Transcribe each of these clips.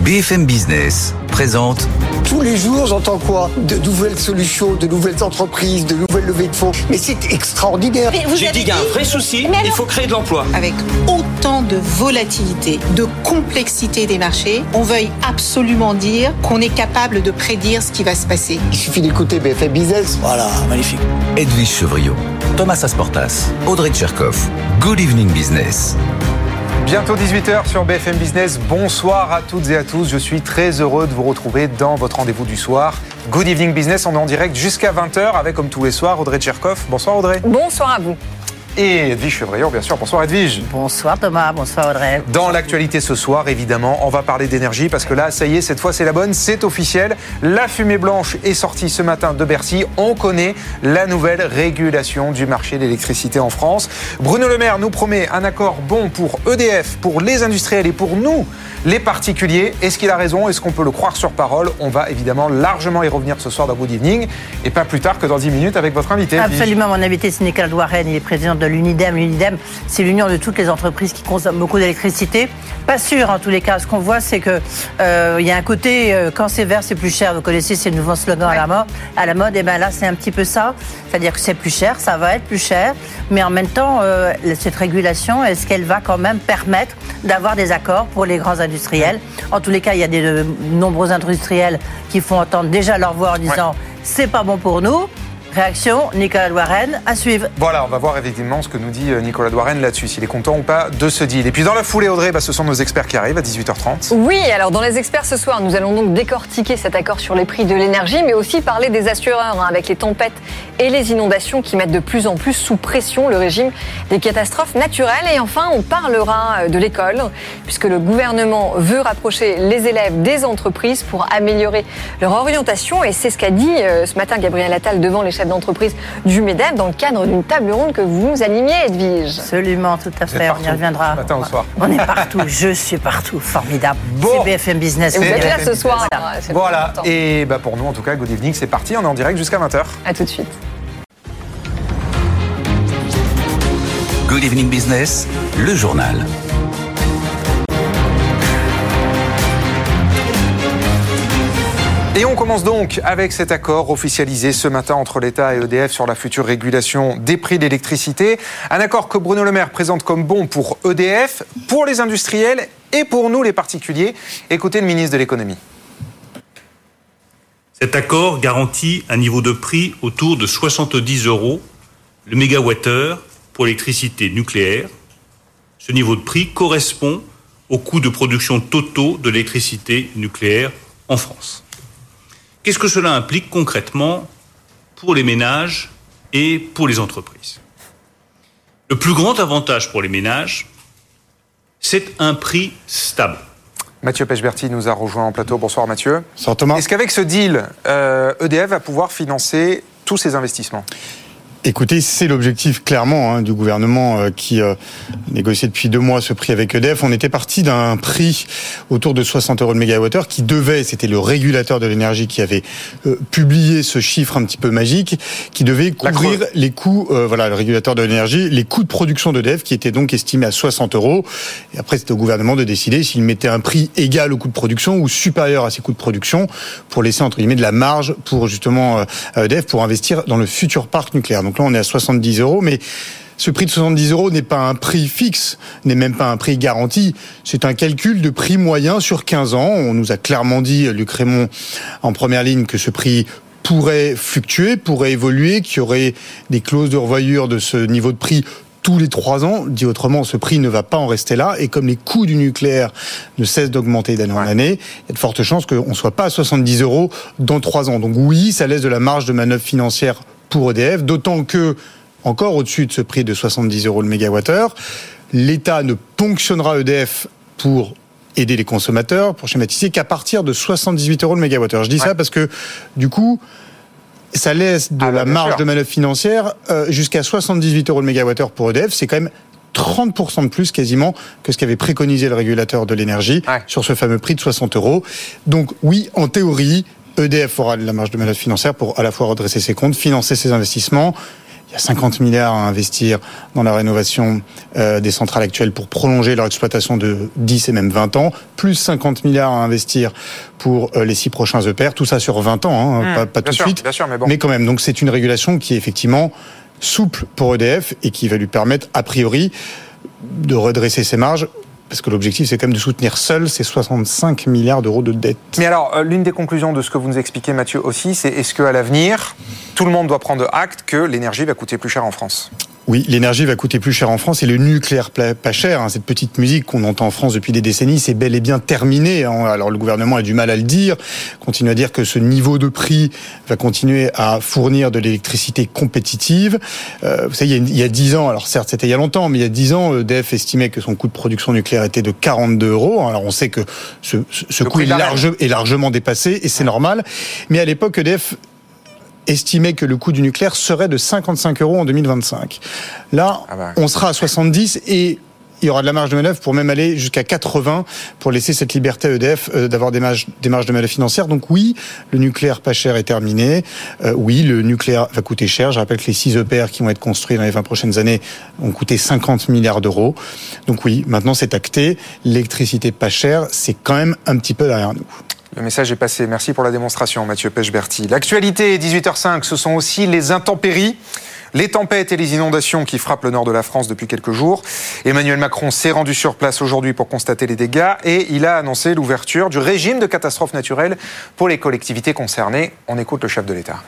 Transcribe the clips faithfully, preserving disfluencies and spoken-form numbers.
B F M Business présente. Tous les jours, j'entends quoi ? De nouvelles solutions, de nouvelles entreprises, de nouvelles levées de fonds. Mais c'est extraordinaire. Mais J'ai dit qu'il y a un vrai souci, alors, il faut créer de l'emploi. Avec autant de volatilité, de complexité des marchés, on veuille absolument dire qu'on est capable de prédire ce qui va se passer. Il suffit d'écouter B F M Business. Voilà, magnifique. Edwige Chevrillon, Thomas Asportas, Audrey Tcherkov. Good evening business. Bientôt dix-huit heures sur B F M Business. Bonsoir à toutes et à tous. Je suis très heureux de vous retrouver dans votre rendez-vous du soir. Good evening business, on est en direct jusqu'à vingt heures avec, comme tous les soirs, Audrey Tcherkov. Bonsoir Audrey. Bonsoir à vous. Et Edwige Chevrillon, bien sûr. Bonsoir Edwige. Bonsoir Thomas, bonsoir Audrey. Dans l'actualité ce soir, évidemment, on va parler d'énergie parce que là, ça y est, cette fois c'est la bonne, c'est officiel. La fumée blanche est sortie ce matin de Bercy. On connaît la nouvelle régulation du marché de l'électricité en France. Bruno Le Maire nous promet un accord bon pour E D F, pour les industriels et pour nous, les particuliers. Est-ce qu'il a raison ? Est-ce qu'on peut le croire sur parole ? On va évidemment largement y revenir ce soir dans Good Evening et pas plus tard que dans dix minutes avec votre invité. Absolument, mon invité c'est Nicolas Douarenne, il est président de l'Unidem. L'Unidem, c'est l'union de toutes les entreprises qui consomment beaucoup d'électricité. Pas sûr en tous les cas. Ce qu'on voit, c'est que euh, il y a un côté euh, quand c'est vert, c'est plus cher. Vous connaissez, c'est le nouveau slogan ouais. à la mode. À la mode, et ben là, c'est un petit peu ça. C'est-à-dire que c'est plus cher, ça va être plus cher, mais en même temps, euh, cette régulation, est-ce qu'elle va quand même permettre d'avoir des accords pour les grands industriels ? En tous les cas, il y a de, de nombreux industriels qui font entendre déjà leur voix en disant ouais. c'est pas bon pour nous. Réaction, Nicolas Douarenne, à suivre. Voilà, on va voir effectivement ce que nous dit Nicolas Douarenne là-dessus, s'il est content ou pas de ce deal. Et puis dans la foulée, Audrey, bah, ce sont nos experts qui arrivent à dix-huit heures trente. Oui, alors dans les experts ce soir, nous allons donc décortiquer cet accord sur les prix de l'énergie, mais aussi parler des assureurs hein, avec les tempêtes et les inondations qui mettent de plus en plus sous pression le régime des catastrophes naturelles. Et enfin, on parlera de l'école, puisque le gouvernement veut rapprocher les élèves des entreprises pour améliorer leur orientation. Et c'est ce qu'a dit euh, ce matin Gabriel Attal devant les chefs d'entreprise du MEDEF dans le cadre d'une table ronde que vous animiez, Edwige. Absolument, tout à fait, on y reviendra. Matin au soir. On est partout, je suis partout, formidable. Bon. C'est B F M Business. Et vous êtes là ce soir. Voilà, voilà. Et bah pour nous en tout cas, Good Evening, c'est parti, on est en direct jusqu'à vingt heures. À tout de suite. Good evening business, le journal. Et on commence donc avec cet accord officialisé ce matin entre l'État et E D F sur la future régulation des prix de l'électricité. Un accord que Bruno Le Maire présente comme bon pour E D F, pour les industriels et pour nous les particuliers. Écoutez le ministre de l'économie. Cet accord garantit un niveau de prix autour de soixante-dix euros le mégawattheure pour l'électricité nucléaire. Ce niveau de prix correspond aux coûts de production totaux de l'électricité nucléaire en France. Qu'est-ce que cela implique concrètement pour les ménages et pour les entreprises ? Le plus grand avantage pour les ménages, c'est un prix stable. Mathieu Pechberti nous a rejoint en plateau. Bonsoir Mathieu. Bonsoir Thomas. Est-ce qu'avec ce deal, euh, E D F va pouvoir financer tous ses investissements ? Écoutez, c'est l'objectif clairement hein, du gouvernement euh, qui euh, négociait depuis deux mois ce prix avec E D F. On était parti d'un prix autour de soixante euros le mégawattheure qui devait, c'était le régulateur de l'énergie qui avait euh, publié ce chiffre un petit peu magique, qui devait couvrir les coûts, euh, voilà, le régulateur de l'énergie, les coûts de production d'E D F qui étaient donc estimés à soixante euros. Et après, c'était au gouvernement de décider s'il mettait un prix égal au coût de production ou supérieur à ces coûts de production pour laisser entre guillemets de la marge pour justement euh, E D F pour investir dans le futur parc nucléaire. Donc là, on est à soixante-dix euros, mais ce prix de soixante-dix euros n'est pas un prix fixe, n'est même pas un prix garanti. C'est un calcul de prix moyen sur quinze ans. On nous a clairement dit, Luc Rémont, en première ligne, que ce prix pourrait fluctuer, pourrait évoluer, qu'il y aurait des clauses de revoyure de ce niveau de prix tous les trois ans. Dit autrement, ce prix ne va pas en rester là. Et comme les coûts du nucléaire ne cessent d'augmenter d'année en année, il y a de fortes chances qu'on ne soit pas à soixante-dix euros dans trois ans. Donc oui, ça laisse de la marge de manœuvre financière pour E D F, d'autant que, encore au-dessus de ce prix de soixante-dix euros le mégawattheure, l'État ne ponctionnera E D F pour aider les consommateurs, pour schématiser, qu'à partir de soixante-dix-huit euros le mégawattheure. Je dis ouais. ça parce que, du coup, ça laisse de ah, la marge sûr. de manœuvre financière euh, jusqu'à soixante-dix-huit euros le mégawattheure pour E D F. C'est quand même trente pour cent de plus quasiment que ce qu'avait préconisé le régulateur de l'énergie ouais. sur ce fameux prix de soixante euros. Donc oui, en théorie, E D F aura de la marge de manœuvre financière pour à la fois redresser ses comptes, financer ses investissements Il y a cinquante milliards à investir dans la rénovation euh, des centrales actuelles pour prolonger leur exploitation de dix et même vingt ans, plus cinquante milliards à investir pour euh, les six prochains E P R, tout ça sur vingt ans, hein, mmh, pas, pas tout de suite, bien sûr, mais, bon. mais quand même. Donc c'est une régulation qui est effectivement souple pour E D F et qui va lui permettre, a priori, de redresser ses marges. Parce que l'objectif, c'est quand même de soutenir seul ces soixante-cinq milliards d'euros de dette. Mais alors, euh, l'une des conclusions de ce que vous nous expliquez, Mathieu, aussi, c'est est-ce qu'à l'avenir, tout le monde doit prendre acte que l'énergie va coûter plus cher en France ? Oui, l'énergie va coûter plus cher en France et le nucléaire pas cher, hein, cette petite musique qu'on entend en France depuis des décennies, c'est bel et bien terminé. Hein. Alors le gouvernement a du mal à le dire, continue à dire que ce niveau de prix va continuer à fournir de l'électricité compétitive. Euh, vous savez, il y a dix ans, alors certes c'était il y a longtemps, mais il y a dix ans, E D F estimait que son coût de production nucléaire était de quarante-deux euros. Alors on sait que ce, ce coût est, large, est largement dépassé et c'est normal. Mais à l'époque, E D F estimait que le coût du nucléaire serait de cinquante-cinq euros en deux mille vingt-cinq. Là, ah bah. on sera à soixante-dix et il y aura de la marge de manœuvre pour même aller jusqu'à quatre-vingts pour laisser cette liberté à E D F euh, d'avoir des marges, des marges de manœuvre financières. Donc oui, le nucléaire pas cher est terminé. Euh, oui, le nucléaire va coûter cher. Je rappelle que les six E P R qui vont être construits dans les vingt prochaines années ont coûté cinquante milliards d'euros. Donc oui, maintenant c'est acté. L'électricité pas chère, c'est quand même un petit peu derrière nous. Le message est passé. Merci pour la démonstration, Mathieu Pechberti. L'actualité, dix-huit heures cinq, ce sont aussi les intempéries, les tempêtes et les inondations qui frappent le nord de la France depuis quelques jours. Emmanuel Macron s'est rendu sur place aujourd'hui pour constater les dégâts et il a annoncé l'ouverture du régime de catastrophe naturelle pour les collectivités concernées. On écoute le chef de l'État.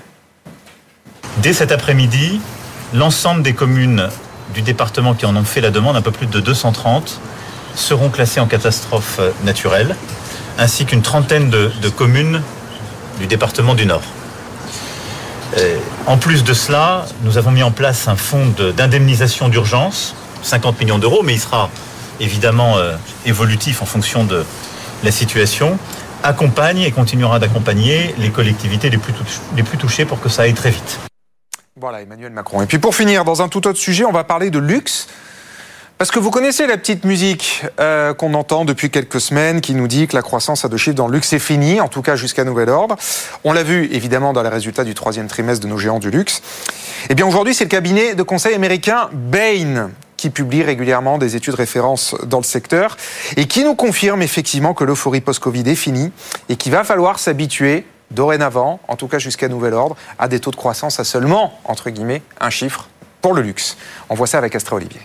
Dès cet après-midi, l'ensemble des communes du département qui en ont fait la demande, un peu plus de deux cent trente, seront classées en catastrophe naturelle, ainsi qu'une trentaine de, de communes du département du Nord. Euh, en plus de cela, nous avons mis en place un fonds de, d'indemnisation d'urgence, cinquante millions d'euros, mais il sera évidemment euh, évolutif en fonction de la situation, accompagne et continuera d'accompagner les collectivités les plus, touch- les plus touchées pour que ça aille très vite. Voilà, Emmanuel Macron. Et puis pour finir, dans un tout autre sujet, on va parler de luxe. Parce que vous connaissez la petite musique euh, qu'on entend depuis quelques semaines qui nous dit que la croissance à deux chiffres dans le luxe est finie, en tout cas jusqu'à nouvel ordre. On l'a vu évidemment dans les résultats du troisième trimestre de nos géants du luxe. Eh bien aujourd'hui, c'est le cabinet de conseil américain Bain qui publie régulièrement des études références dans le secteur et qui nous confirme effectivement que l'euphorie post-Covid est finie et qu'il va falloir s'habituer dorénavant, en tout cas jusqu'à nouvel ordre, à des taux de croissance à seulement, entre guillemets, un chiffre pour le luxe. On voit ça avec Astrid Olivier.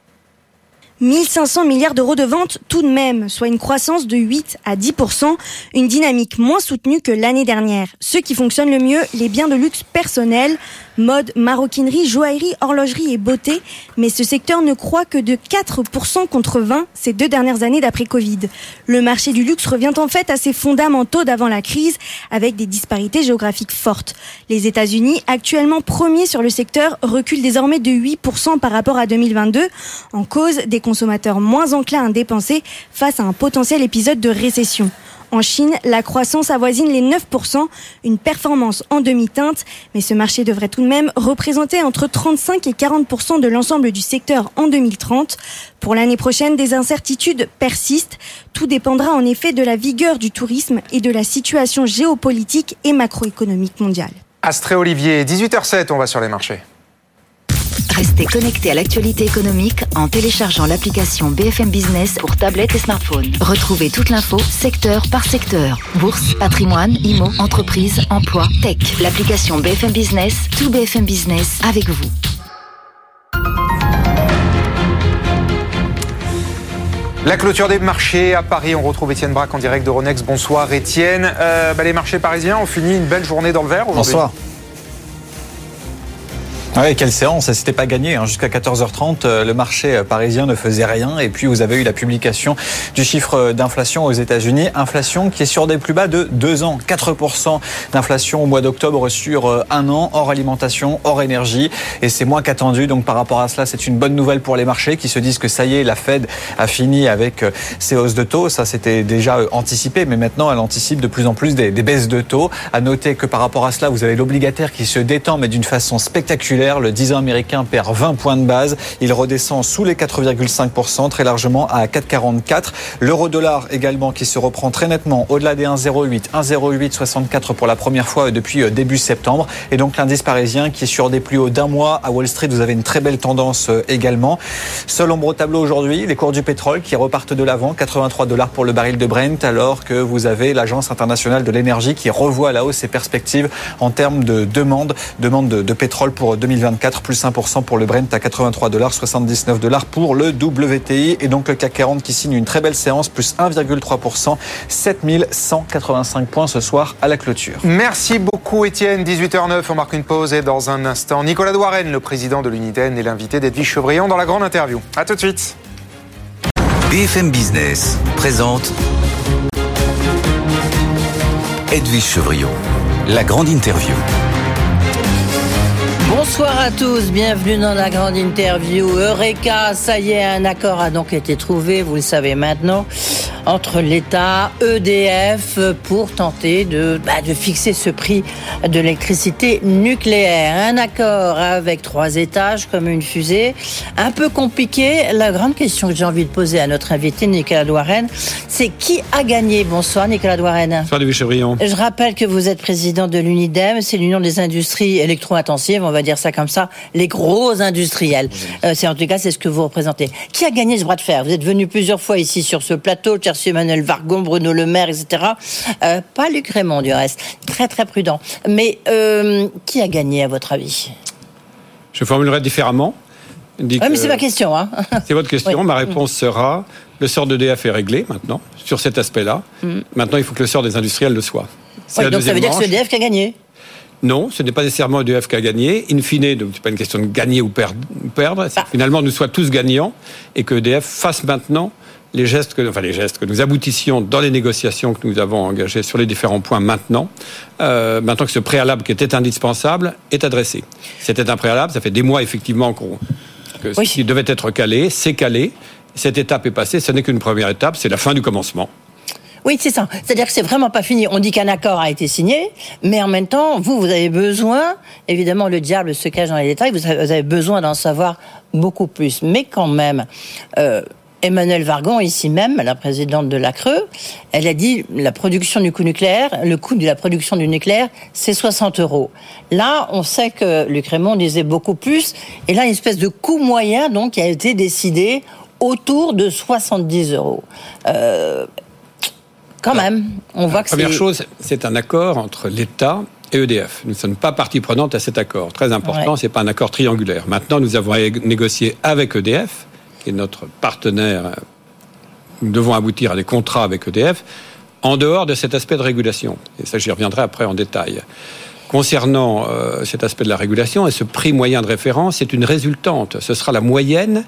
mille cinq cents milliards d'euros de ventes tout de même, soit une croissance de huit à dix pour cent, une dynamique moins soutenue que l'année dernière. Ce qui fonctionne le mieux, les biens de luxe personnels, mode, maroquinerie, joaillerie, horlogerie et beauté. Mais ce secteur ne croît que de quatre pour cent contre vingt ces deux dernières années d'après Covid. Le marché du luxe revient en fait à ses fondamentaux d'avant la crise, avec des disparités géographiques fortes. Les États-Unis, actuellement premiers sur le secteur, reculent désormais de huit pour cent par rapport à deux mille vingt-deux, en cause des consommateurs moins enclins à dépenser face à un potentiel épisode de récession. En Chine, la croissance avoisine les neuf pour cent, une performance en demi-teinte, mais ce marché devrait tout de même représenter entre trente-cinq et quarante pour cent de l'ensemble du secteur en deux mille trente. Pour l'année prochaine, des incertitudes persistent. Tout dépendra en effet de la vigueur du tourisme et de la situation géopolitique et macroéconomique mondiale. Astrid Olivier, dix-huit heures sept, on va sur les marchés. Restez connectés à l'actualité économique en téléchargeant l'application B F M Business pour tablette et smartphone. Retrouvez toute l'info secteur par secteur. Bourse, patrimoine, immo, entreprise, emploi, tech. L'application B F M Business, tout B F M Business avec vous. La clôture des marchés à Paris, on retrouve Étienne Braque en direct d'Euronext. Bonsoir Étienne. Euh, bah, les marchés parisiens ont fini une belle journée dans le vert aujourd'hui. Bonsoir. Ouais, quelle séance, c'était pas gagné. Hein. Jusqu'à quatorze heures trente, le marché parisien ne faisait rien. Et puis, vous avez eu la publication du chiffre d'inflation aux États-Unis. Inflation qui est sur des plus bas de deux ans. quatre pour cent d'inflation au mois d'octobre sur un an, hors alimentation, hors énergie. Et c'est moins qu'attendu. Donc, par rapport à cela, c'est une bonne nouvelle pour les marchés qui se disent que ça y est, la Fed a fini avec ses hausses de taux. Ça, c'était déjà anticipé. Mais maintenant, elle anticipe de plus en plus des, des baisses de taux. À noter que par rapport à cela, vous avez l'obligataire qui se détend, mais d'une façon spectaculaire. nucléaire. Le dix ans américain perd vingt points de base. Il redescend sous les quatre virgule cinq pour cent, très largement à quatre virgule quarante-quatre. L'euro-dollar également qui se reprend très nettement au-delà des un virgule zéro huit. un virgule zéro huit soixante-quatre pour la première fois depuis début septembre. Et donc l'indice parisien qui est sur des plus hauts d'un mois. À Wall Street, vous avez une très belle tendance également. Seul ombre au tableau aujourd'hui, les cours du pétrole qui repartent de l'avant. quatre-vingt-trois dollars pour le baril de Brent, alors que vous avez l'Agence internationale de l'énergie qui revoit à la hausse ses perspectives en termes de demande, demande de, de pétrole pour deux mille vingt-quatre, plus un pour cent pour le Brent à quatre-vingt-trois dollars, soixante-dix-neuf dollars pour le W T I. Et donc le C A C quarante qui signe une très belle séance, plus un virgule trois pour cent, sept mille cent quatre-vingt-cinq points ce soir à la clôture. Merci beaucoup Étienne, dix-huit heures neuf, on marque une pause et dans un instant, Nicolas Douarenne, le président de l'Uniden et l'invité d'Edwige Chevrillon dans la grande interview. A tout de suite. B F M Business présente Edwige Chevrillon, la grande interview. Bonsoir à tous, bienvenue dans la grande interview. Eureka, ça y est, un accord a donc été trouvé, vous le savez maintenant, entre l'État, E D F, pour tenter de, bah, de fixer ce prix de l'électricité nucléaire. Un accord avec trois étages, comme une fusée, un peu compliqué. La grande question que j'ai envie de poser à notre invité, Nicolas Douarenne, c'est qui a gagné? Bonsoir Nicolas Douarenne. Bonsoir Edwige Chevrillon. Je rappelle que vous êtes président de l'Unidem, c'est l'Union des industries électro-intensives, on va dire ça comme ça, les gros industriels. Euh, c'est en tout cas, c'est ce que vous représentez. Qui a gagné ce bras de fer? Vous êtes venu plusieurs fois ici sur ce plateau, j'ai reçu Emmanuel Vargon, Bruno Le Maire, et cetera. Euh, pas Luc Rémont du reste. Très très prudent. Mais euh, qui a gagné à votre avis? Je formulerai différemment. Oui, mais c'est ma question. Hein. C'est votre question. Oui. Ma réponse sera, le sort d'E D F est réglé maintenant, sur cet aspect-là. Mm. Maintenant, il faut que le sort des industriels le soit. Oui, donc ça veut dire manche. Que c'est E D F qui a gagné? Non, ce n'est pas nécessairement E D F qui a gagné. In fine, donc c'est pas une question de gagner ou perdre. C'est ah. finalement nous soient tous gagnants et que E D F fasse maintenant les gestes, que, enfin les gestes que nous aboutissions dans les négociations que nous avons engagées sur les différents points maintenant. Euh, maintenant que ce préalable qui était indispensable est adressé. C'était un préalable, ça fait des mois effectivement qu'on, que oui. ce qui devait être calé, c'est calé. Cette étape est passée, ce n'est qu'une première étape, c'est la fin du commencement. Oui, c'est ça. C'est-à-dire que c'est vraiment pas fini. On dit qu'un accord a été signé, mais en même temps, vous, vous avez besoin, évidemment, le diable se cache dans les détails, vous avez besoin d'en savoir beaucoup plus. Mais quand même, euh, Emmanuel Vargon, ici même, la présidente de l'A C R E, elle a dit la production du coût nucléaire, le coût de la production du nucléaire, c'est soixante euros. Là, on sait que Luc Rémont disait beaucoup plus, et là, une espèce de coût moyen, donc, qui a été décidé autour de soixante-dix euros. Euh, Quand Alors, même, on voit que c'est... Première chose, c'est un accord entre l'État et E D F. Nous ne sommes pas partie prenante à cet accord. Très important, ouais. C'est pas un accord triangulaire. Maintenant, nous avons négocié avec E D F, qui est notre partenaire. Nous devons aboutir à des contrats avec E D F, en dehors de cet aspect de régulation. Et ça, j'y reviendrai après en détail. Concernant euh, cet aspect de la régulation, et ce prix moyen de référence, c'est une résultante. Ce sera la moyenne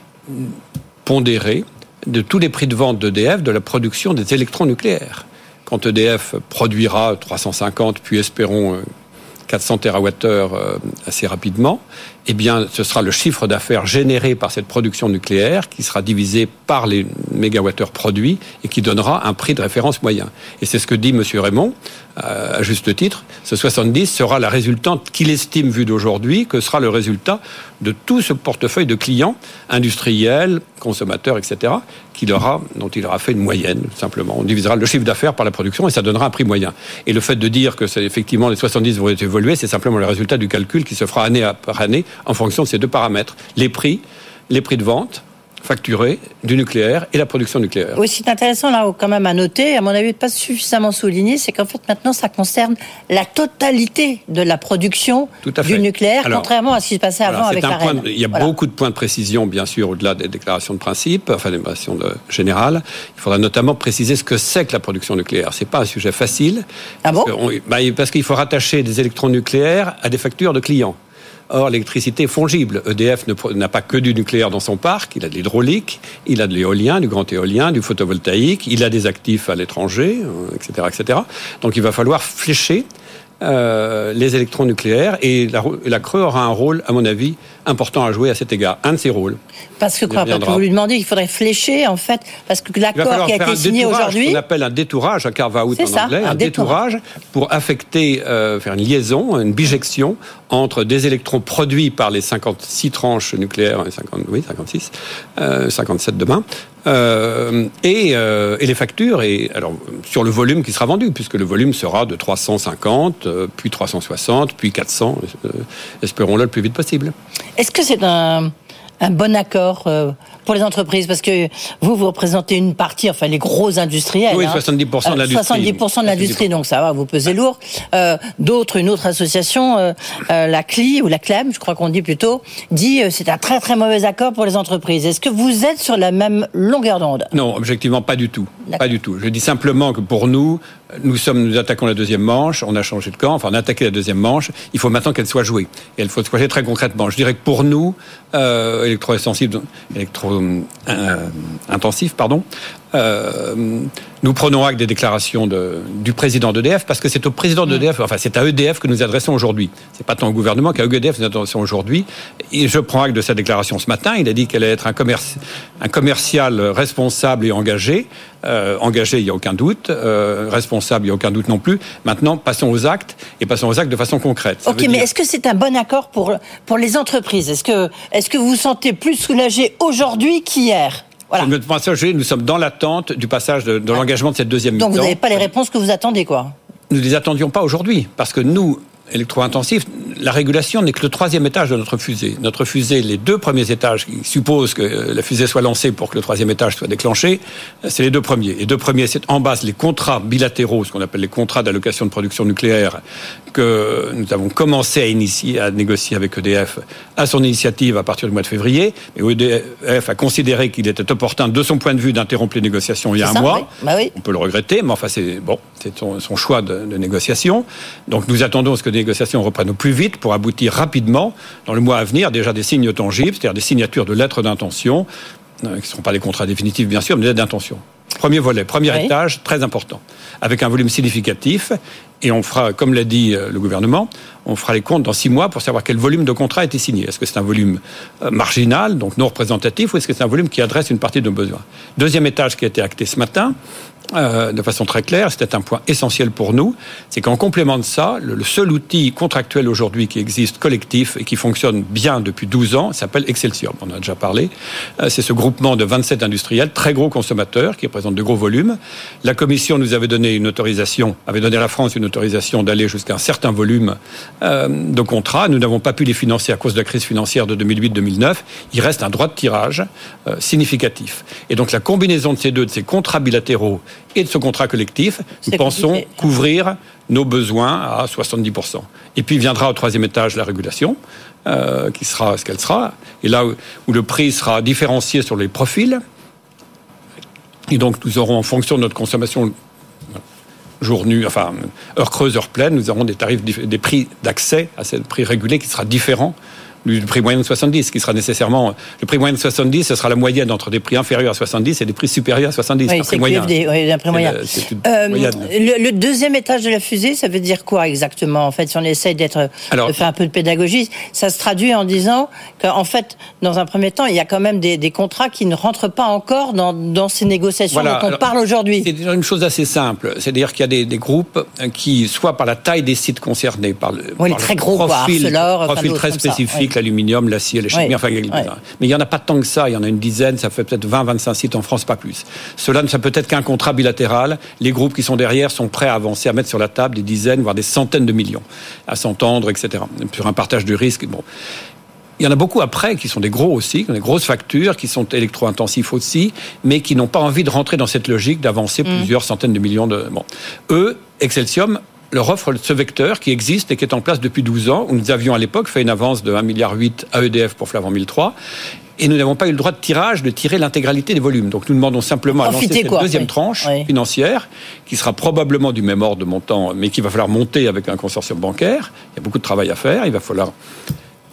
pondérée de tous les prix de vente d'E D F de la production des électrons nucléaires. Quand E D F produira trois cent cinquante, puis espérons quatre cents térawattheures assez rapidement, eh bien, ce sera le chiffre d'affaires généré par cette production nucléaire qui sera divisé par les mégawattheures produits et qui donnera un prix de référence moyen. Et c'est ce que dit M. Rémont, à juste titre. Ce soixante-dix sera la résultante qu'il estime, vu d'aujourd'hui, que sera le résultat de tout ce portefeuille de clients industriels, consommateurs, et cetera, qu'il aura, dont il aura fait une moyenne, simplement. On divisera le chiffre d'affaires par la production et ça donnera un prix moyen. Et le fait de dire que c'est effectivement les soixante-dix vont évoluer, c'est simplement le résultat du calcul qui se fera année par année en fonction de ces deux paramètres, les prix, les prix de vente facturés du nucléaire et la production nucléaire. Oui, c'est intéressant là quand même à noter, à mon avis pas suffisamment souligné, c'est qu'en fait maintenant ça concerne la totalité de la production du nucléaire, Alors, contrairement à ce qui se passait avant voilà, avec la reine. De, il y a voilà. beaucoup de points de précision, bien sûr, au-delà des déclarations de principe, enfin des déclarations de, générales. Il faudra notamment préciser ce que c'est que la production nucléaire. C'est pas un sujet facile. Ah bon parce, que on, bah, parce qu'il faut rattacher des électrons nucléaires à des factures de clients. Or, l'électricité est fongible. E D F ne, n'a pas que du nucléaire dans son parc, il a de l'hydraulique, il a de l'éolien, du grand éolien, du photovoltaïque, il a des actifs à l'étranger, et cetera, et cetera. Donc, il va falloir flécher euh, les électrons nucléaires. Et la, la C R E aura un rôle, à mon avis, important à jouer à cet égard. Un de ses rôles. Parce que quoi, parce que vous lui demandez qu'il faudrait flécher, en fait, parce que l'accord qui a été signé aujourd'hui... Ce qu'on appelle un détourage, un carve-out en ça, anglais, un, un détourage, détourage pour affecter, euh, faire une liaison, une bijection entre des électrons produits par les cinquante-six tranches nucléaires, cinquante, oui, cinquante-six, euh, cinquante-sept demain, euh, et, euh, et les factures, et alors sur le volume qui sera vendu, puisque le volume sera de trois cent cinquante, euh, puis trois cent soixante, puis quatre cents, euh, espérons-le le plus vite possible. Est-ce que c'est un, un bon accord euh, pour les entreprises? Parce que vous, vous représentez une partie, enfin les gros industriels. Oui, hein. soixante-dix pour cent de l'industrie. soixante-dix pour cent de l'industrie, donc ça va, vous pesez lourd. Euh, d'autres, une autre association, euh, euh, la C L I, ou la C L E M, je crois qu'on dit plutôt, dit euh, c'est un très très mauvais accord pour les entreprises. Est-ce que vous êtes sur la même longueur d'onde? Non, objectivement, pas du tout. Pas du tout. Je dis simplement que pour nous, nous sommes, nous attaquons la deuxième manche, on a changé de camp, enfin on a attaqué la deuxième manche, il faut maintenant qu'elle soit jouée. Et elle faut se jouer très concrètement. Je dirais que pour nous, euh, électro-intensifs, électro-intensifs, pardon, euh, nous prenons acte des déclarations de, du président d'E D F, parce que c'est au président d'E D F, enfin c'est à E D F que nous adressons aujourd'hui. C'est pas tant au gouvernement qu'à E D F que nous adressons aujourd'hui. Et je prends acte de sa déclaration ce matin. Il a dit qu'elle allait être un, commerci, un commercial responsable et engagé. Euh, engagé, il n'y a aucun doute. Euh, responsable, il n'y a aucun doute non plus. Maintenant, passons aux actes, et passons aux actes de façon concrète. Ça ok, mais dire... est-ce que c'est un bon accord pour, pour les entreprises? Est-ce que, est-ce que vous vous sentez plus soulagé aujourd'hui qu'hier? Voilà. Nous sommes dans l'attente du passage de, de ah. l'engagement de cette deuxième mi-temps. Donc vous n'avez pas les réponses que vous attendez, quoi? Nous ne les attendions pas aujourd'hui, parce que nous, électro-intensifs, la régulation n'est que le troisième étage de notre fusée. Notre fusée, les deux premiers étages qui supposent que la fusée soit lancée pour que le troisième étage soit déclenché, c'est les deux premiers. Les deux premiers, c'est en base les contrats bilatéraux, ce qu'on appelle les contrats d'allocation de production nucléaire, que nous avons commencé à initier, à négocier avec E D F à son initiative à partir du mois de février. Et E D F a considéré qu'il était opportun, de son point de vue, d'interrompre les négociations il y a c'est un ça, mois. Oui. Bah oui. On peut le regretter, mais enfin, c'est bon, c'est son, son choix de, de négociation. Donc, nous attendons à ce que les négociations reprennent au plus vite pour aboutir rapidement, dans le mois à venir, déjà des signes tangibles, c'est-à-dire des signatures de lettres d'intention, euh, qui ne seront pas des contrats définitifs, bien sûr, mais des lettres d'intention. Premier volet, premier oui. étage, très important, avec un volume significatif. Et on fera, comme l'a dit le gouvernement, on fera les comptes dans six mois pour savoir quel volume de contrat a été signé. Est-ce que c'est un volume marginal, donc non représentatif, ou est-ce que c'est un volume qui adresse une partie de nos besoins? Deuxième étage qui a été acté ce matin, euh, de façon très claire, c'était un point essentiel pour nous, c'est qu'en complément de ça, le, le seul outil contractuel aujourd'hui qui existe, collectif, et qui fonctionne bien depuis douze ans, s'appelle Excelsior. On en a déjà parlé. Euh, c'est ce groupement de vingt-sept industriels, très gros consommateurs, qui représentent de gros volumes. La Commission nous avait donné une autorisation, avait donné à la France une autorisation d'aller jusqu'à un certain volume euh, de contrats. Nous n'avons pas pu les financer à cause de la crise financière de deux mille huit deux mille neuf. Il reste un droit de tirage euh, significatif. Et donc la combinaison de ces deux, de ces contrats bilatéraux et de ce contrat collectif, nous C'est pensons compliqué. couvrir nos besoins à soixante-dix pour cent. Et puis viendra au troisième étage la régulation, euh, qui sera ce qu'elle sera. Et là où, où le prix sera différencié sur les profils. Et donc nous aurons, en fonction de notre consommation jour nu, enfin heure creuse, heure pleine, nous aurons des tarifs, des prix d'accès à ce prix régulé qui sera différent du prix moyen de soixante-dix, qui sera nécessairement... Le prix moyen de soixante-dix, ce sera la moyenne entre des prix inférieurs à soixante-dix et des prix supérieurs à soixante-dix. Oui, c'est moyen. Des, oui, un prix moyen. Le, c'est euh, le, le deuxième étage de la fusée, ça veut dire quoi exactement? En fait, si on essaye d'être, Alors, de faire un peu de pédagogie, ça se traduit en disant qu'en fait, dans un premier temps, il y a quand même des, des contrats qui ne rentrent pas encore dans, dans ces négociations voilà. dont on Alors, parle aujourd'hui. C'est une chose assez simple. C'est-à-dire qu'il y a des, des groupes qui, soit par la taille des sites concernés, par le, oui, par très le gros, profil, quoi, Arcelor, profil enfin, très spécifique, ça, oui. l'aluminium, l'acier, les chimiques, oui. enfin, oui. mais il n'y en a pas tant que ça, il y en a une dizaine, ça fait peut-être vingt à vingt-cinq sites en France, pas plus. Cela ne fait peut-être qu'un contrat bilatéral. Les groupes qui sont derrière sont prêts à avancer, à mettre sur la table des dizaines, voire des centaines de millions, à s'entendre, et cetera. Sur un partage du risque, bon. Il y en a beaucoup après qui sont des gros aussi, qui ont des grosses factures, qui sont électro-intensifs aussi, mais qui n'ont pas envie de rentrer dans cette logique d'avancer mmh. plusieurs centaines de millions de... Bon. Eux, Excelsior leur offre ce vecteur qui existe et qui est en place depuis douze ans, où nous avions à l'époque fait une avance de un virgule huit milliard à E D F pour Flavant mille trois, et nous n'avons pas eu le droit de tirage de tirer l'intégralité des volumes. Donc nous demandons simplement à lancer cette quoi, deuxième oui. tranche oui. financière, qui sera probablement du même ordre de montant, mais qu'il va falloir monter avec un consortium bancaire. Il y a beaucoup de travail à faire, il va falloir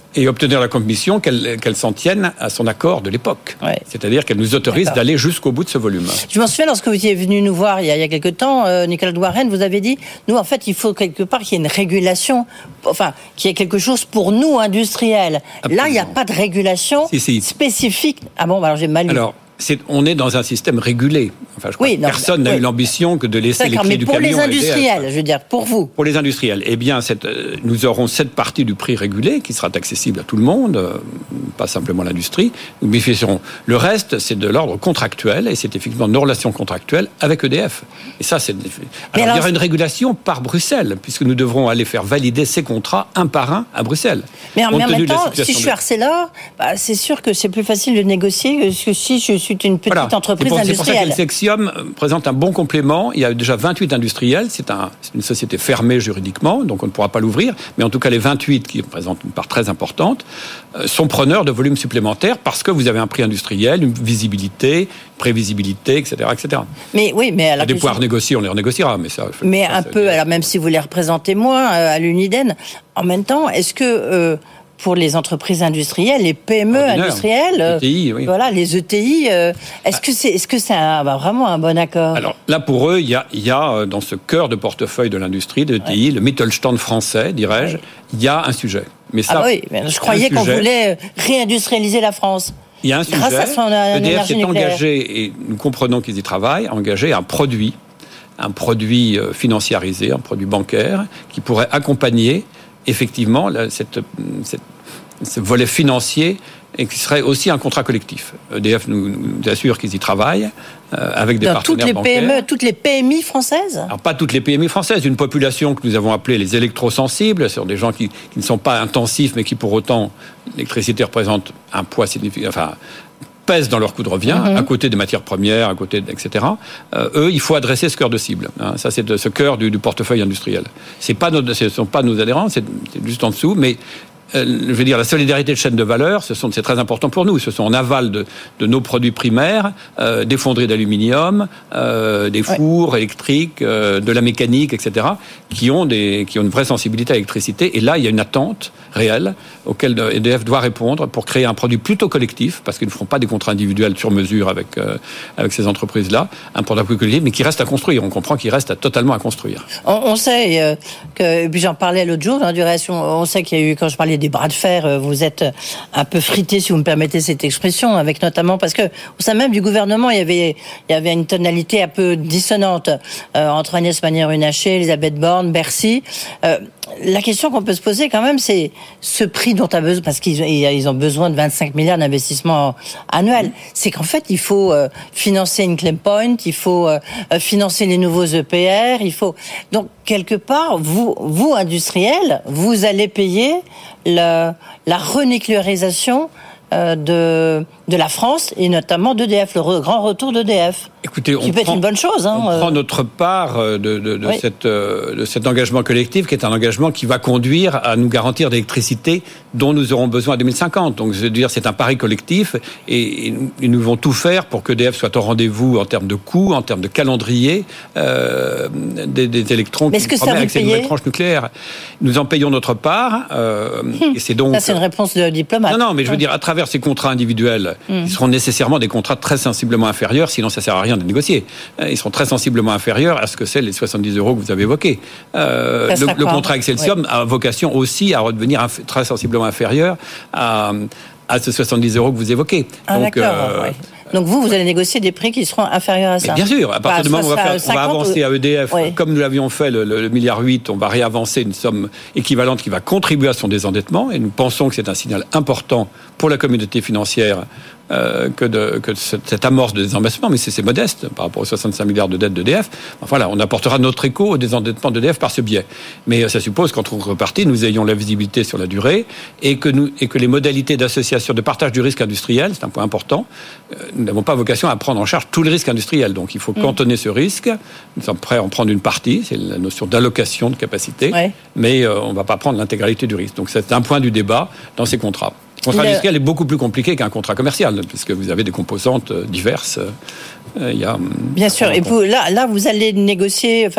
Et obtenir la commission qu'elle, qu'elle s'en tienne à son accord de l'époque. Ouais. C'est-à-dire qu'elle nous autorise D'accord. d'aller jusqu'au bout de ce volume. Je m'en souviens, lorsque vous étiez venu nous voir il y a, il y a quelques temps, euh, Nicolas de Warren, vous avez dit, nous, en fait, il faut quelque part qu'il y ait une régulation, enfin, qu'il y ait quelque chose pour nous, industriels. Absolument. Là, il n'y a pas de régulation si, si. spécifique. Ah bon, alors j'ai mal lu. Alors, C'est, on est dans un système régulé. Enfin, je crois oui, que non, personne n'a oui. eu l'ambition que de laisser D'accord, les clés du camion. Mais pour les industriels, je veux dire, pour vous. Pour les industriels, eh bien, cette, euh, nous aurons cette partie du prix régulé qui sera accessible à tout le monde, euh, pas simplement l'industrie. Nous bénéficierons. Le reste, c'est de l'ordre contractuel et c'est effectivement nos relations contractuelles avec E D F. Et ça, c'est. Alors, alors, il y aura une régulation par Bruxelles, puisque nous devrons aller faire valider ces contrats un par un à Bruxelles. Mais en, mais en même temps, si je suis Arcelor, bah, c'est sûr que c'est plus facile de négocier que si je suis une petite voilà. entreprise pour, industrielle. C'est pour ça que Sexium présente un bon complément. Il y a déjà vingt-huit industriels. C'est, un, c'est une société fermée juridiquement, donc on ne pourra pas l'ouvrir. Mais en tout cas, les vingt-huit, qui représentent une part très importante, euh, sont preneurs de volumes supplémentaires parce que vous avez un prix industriel, une visibilité, une prévisibilité, et cetera, et cetera. Mais oui, mais à la des points à renégocier, on les renégociera. Mais ça. Mais ça, un peu. Alors même si vous les représentez moins euh, à l'Uniden, en même temps, est-ce que euh, pour les entreprises industrielles, les P M E Ordinaire, industrielles, E T I, oui. voilà, les E T I, euh, est-ce ah. que c'est, est-ce que c'est un, bah, vraiment un bon accord ? Alors là, pour eux, il y a, il y a dans ce cœur de portefeuille de l'industrie, de E T I, ouais. le Mittelstand français, dirais-je, ouais. il y a un sujet. Mais ça, ah oui, mais je croyais qu'on sujet, voulait réindustrialiser la France. Il y a un sujet. Grâce à son E D F s'est nucléaire. engagé, et nous comprenons qu'ils y travaillent, engagé un produit, un produit financiarisé, un produit bancaire, qui pourrait accompagner effectivement cette, cette, ce volet financier et qui serait aussi un contrat collectif. E D F nous, nous assure qu'ils y travaillent euh, avec des Dans partenaires toutes les bancaires. P M E, toutes les P M I françaises ? Alors pas toutes les P M I françaises, une population que nous avons appelée les électrosensibles, ce sont des gens qui, qui ne sont pas intensifs mais qui pour autant, l'électricité représente un poids significatif, enfin pèsent dans leur coût de revient, mm-hmm. à côté des matières premières, à côté, et cetera. Euh, eux, il faut adresser ce cœur de cible. Hein. Ça, c'est de, ce cœur du, du portefeuille industriel. C'est pas nos, ce ne sont pas nos adhérents, c'est, c'est juste en dessous, mais euh, je veux dire, la solidarité de chaîne de valeur, ce sont, c'est très important pour nous. Ce sont en aval de, de nos produits primaires, euh, des fonderies d'aluminium, euh, des fours ouais. électriques, euh, de la mécanique, et cetera, qui ont, des, qui ont une vraie sensibilité à l'électricité. Et là, il y a une attente réelle auquel E D F doit répondre pour créer un produit plutôt collectif, parce qu'ils ne feront pas des contrats individuels sur mesure avec, euh, avec ces entreprises-là, un produit plus collectif, mais qui reste à construire. On comprend qu'il reste à, totalement à construire. On, on sait euh, que, puis j'en parlais l'autre jour, dans Duration, on sait qu'il y a eu, quand je parlais des bras de fer, vous êtes un peu frité, si vous me permettez cette expression, avec notamment, parce que au sein même du gouvernement, il y avait, il y avait une tonalité un peu dissonante euh, entre Agnès Pannier-Runacher, Elisabeth Borne, Bercy. Euh, la question qu'on peut se poser quand même, c'est ce prix dont a besoin, parce qu'ils ils ont besoin de vingt-cinq milliards d'investissements annuels, c'est qu'en fait, il faut euh, financer une claim point, il faut euh, financer les nouveaux E P R, il faut... Donc, quelque part, vous, vous industriels, vous allez payer le, la renucléarisation euh, de, de la France et notamment d'E D F, le re, grand retour d'E D F. Écoutez, qui on peut prend, être une bonne chose. Hein, on euh... prend notre part de, de, de, oui. cette, de cet engagement collectif qui est un engagement qui va conduire à nous garantir l'électricité dont nous aurons besoin en deux mille cinquante. Donc, je veux dire, c'est un pari collectif et, et, et nous devons tout faire pour que E D F soit au rendez-vous en termes de coûts, en termes de calendrier euh, des, des électrons Mais est-ce qui que ça avec vous ces nouvelles tranches nucléaires. Nous en payons notre part. Euh, hum. et c'est donc... Ça, c'est une réponse de diplomate. Non, non, mais je veux dire, à travers ces contrats individuels, hum. ils seront nécessairement des contrats très sensiblement inférieurs, sinon ça ne sert à rien de négocier. Ils seront très sensiblement inférieurs à ce que c'est les soixante-dix euros que vous avez évoqués. Euh, le, le contrat Excelsium oui. a vocation aussi à redevenir inf- très sensiblement inférieur à, à ce soixante-dix euros que vous évoquez. Ah, Donc, d'accord. Euh, oui. Donc vous, vous allez négocier des prix qui seront inférieurs à ça. Mais bien sûr, à partir bah, du moment où on va, faire, cinquante, on va avancer à E D F, oui. comme nous l'avions fait, le, le, le milliard huit, on va réavancer une somme équivalente qui va contribuer à son désendettement, et nous pensons que c'est un signal important pour la communauté financière euh, que, de, que cette, cette amorce de désendettement, mais c'est, c'est modeste par rapport aux soixante-cinq milliards de dettes d'E D F. Enfin, voilà, on apportera notre écho au désendettement d'E D F par ce biais. Mais ça suppose qu'en contrepartie, nous ayons la visibilité sur la durée et que, nous, et que les modalités d'association, de partage du risque industriel, c'est un point important, euh, nous n'avons pas vocation à prendre en charge tout le risque industriel. Donc il faut mmh. cantonner ce risque. Nous sommes prêts à en prendre une partie, c'est la notion d'allocation de capacité, ouais. mais euh, on ne va pas prendre l'intégralité du risque. Donc c'est un point du débat dans ces contrats. Le contrat le... industriel est beaucoup plus compliqué qu'un contrat commercial, puisque vous avez des composantes diverses. Euh, il y a, Bien sûr, et vous, là, là, vous allez négocier... Enfin,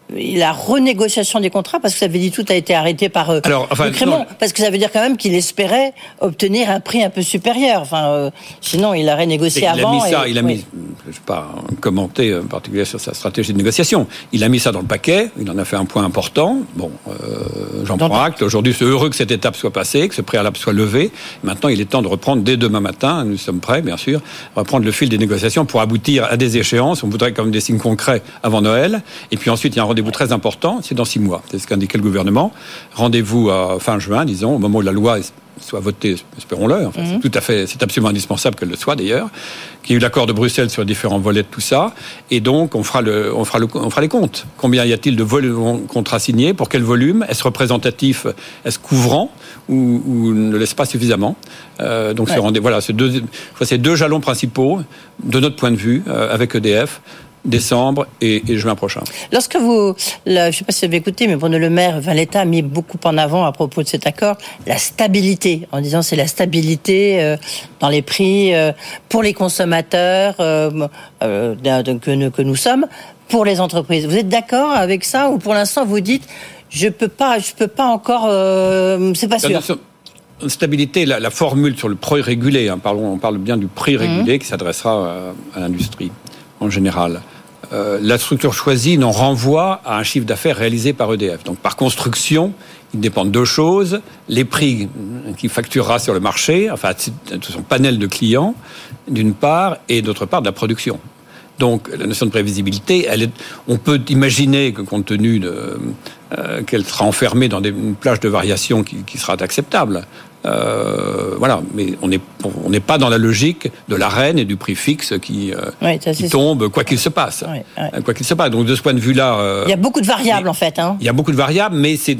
la renégociation des contrats, parce que ça veut dire tout a été arrêté par euh, Alors, enfin, le Crémont, non. parce que ça veut dire quand même qu'il espérait obtenir un prix un peu supérieur. Enfin, euh, sinon, il a renégocié il avant. a mis ça, et, il a oui. mis, je ne vais pas commenter en particulier sur sa stratégie de négociation. Il a mis ça dans le paquet, il en a fait un point important. Bon, euh, j'en prends acte. Aujourd'hui, c'est heureux que cette étape soit passée, que ce préalable soit levé. Maintenant, il est temps de reprendre dès demain matin, nous sommes prêts, bien sûr, reprendre le fil des négociations pour aboutir à des échéances. On voudrait comme des signes concrets avant Noël. Et puis ensuite, il y a un rendez-vous très important, c'est dans six mois. C'est ce qu'indiquait le gouvernement. Rendez-vous à fin juin, disons, au moment où la loi soit votée, espérons-le. Enfin, mm-hmm. C'est tout à fait, c'est absolument indispensable qu'elle le soit d'ailleurs. Qu'il y ait eu l'accord de Bruxelles sur différents volets de tout ça. Et donc, on fera le, on fera le, on fera les comptes. Combien y a-t-il de vol- contrats signés? Pour quel volume? Est-ce représentatif? Est-ce couvrant? Ou, ou ne laisse pas suffisamment? Euh, donc, ouais. ce rendez- voilà, c'est deux, c'est deux jalons principaux, de notre point de vue, euh, avec E D F. Décembre et, et juin prochain. Lorsque vous, là, je ne sais pas si vous avez écouté, mais Bruno Le Maire, enfin, l'État a mis beaucoup en avant à propos de cet accord la stabilité, en disant c'est la stabilité euh, dans les prix euh, pour les consommateurs euh, euh, que, que nous sommes, pour les entreprises. Vous êtes d'accord avec ça ou pour l'instant vous dites je peux pas, je peux pas encore, euh, c'est pas sûr. Stabilité, la, la formule sur le prix régulé, hein, parlons, on parle bien du prix régulé mmh. qui s'adressera à, à l'industrie. En général, euh, la structure choisie n'en renvoie à un chiffre d'affaires réalisé par E D F. Donc, par construction, il dépend de deux choses. Les prix qu'il facturera sur le marché, enfin, de son panel de clients, d'une part, et d'autre part, de la production. Donc, la notion de prévisibilité, elle est, on peut imaginer que, compte tenu de, euh, qu'elle sera enfermée dans des, une plage de variation qui, qui sera acceptable. Euh, voilà, mais on n'est on n'est pas dans la logique de l'arène et du prix fixe qui, euh, oui, qui tombe quoi qu'il se passe, oui, oui. quoi qu'il se passe. Donc de ce point de vue-là, euh, il y a beaucoup de variables en fait. Hein. Il y a beaucoup de variables, mais c'est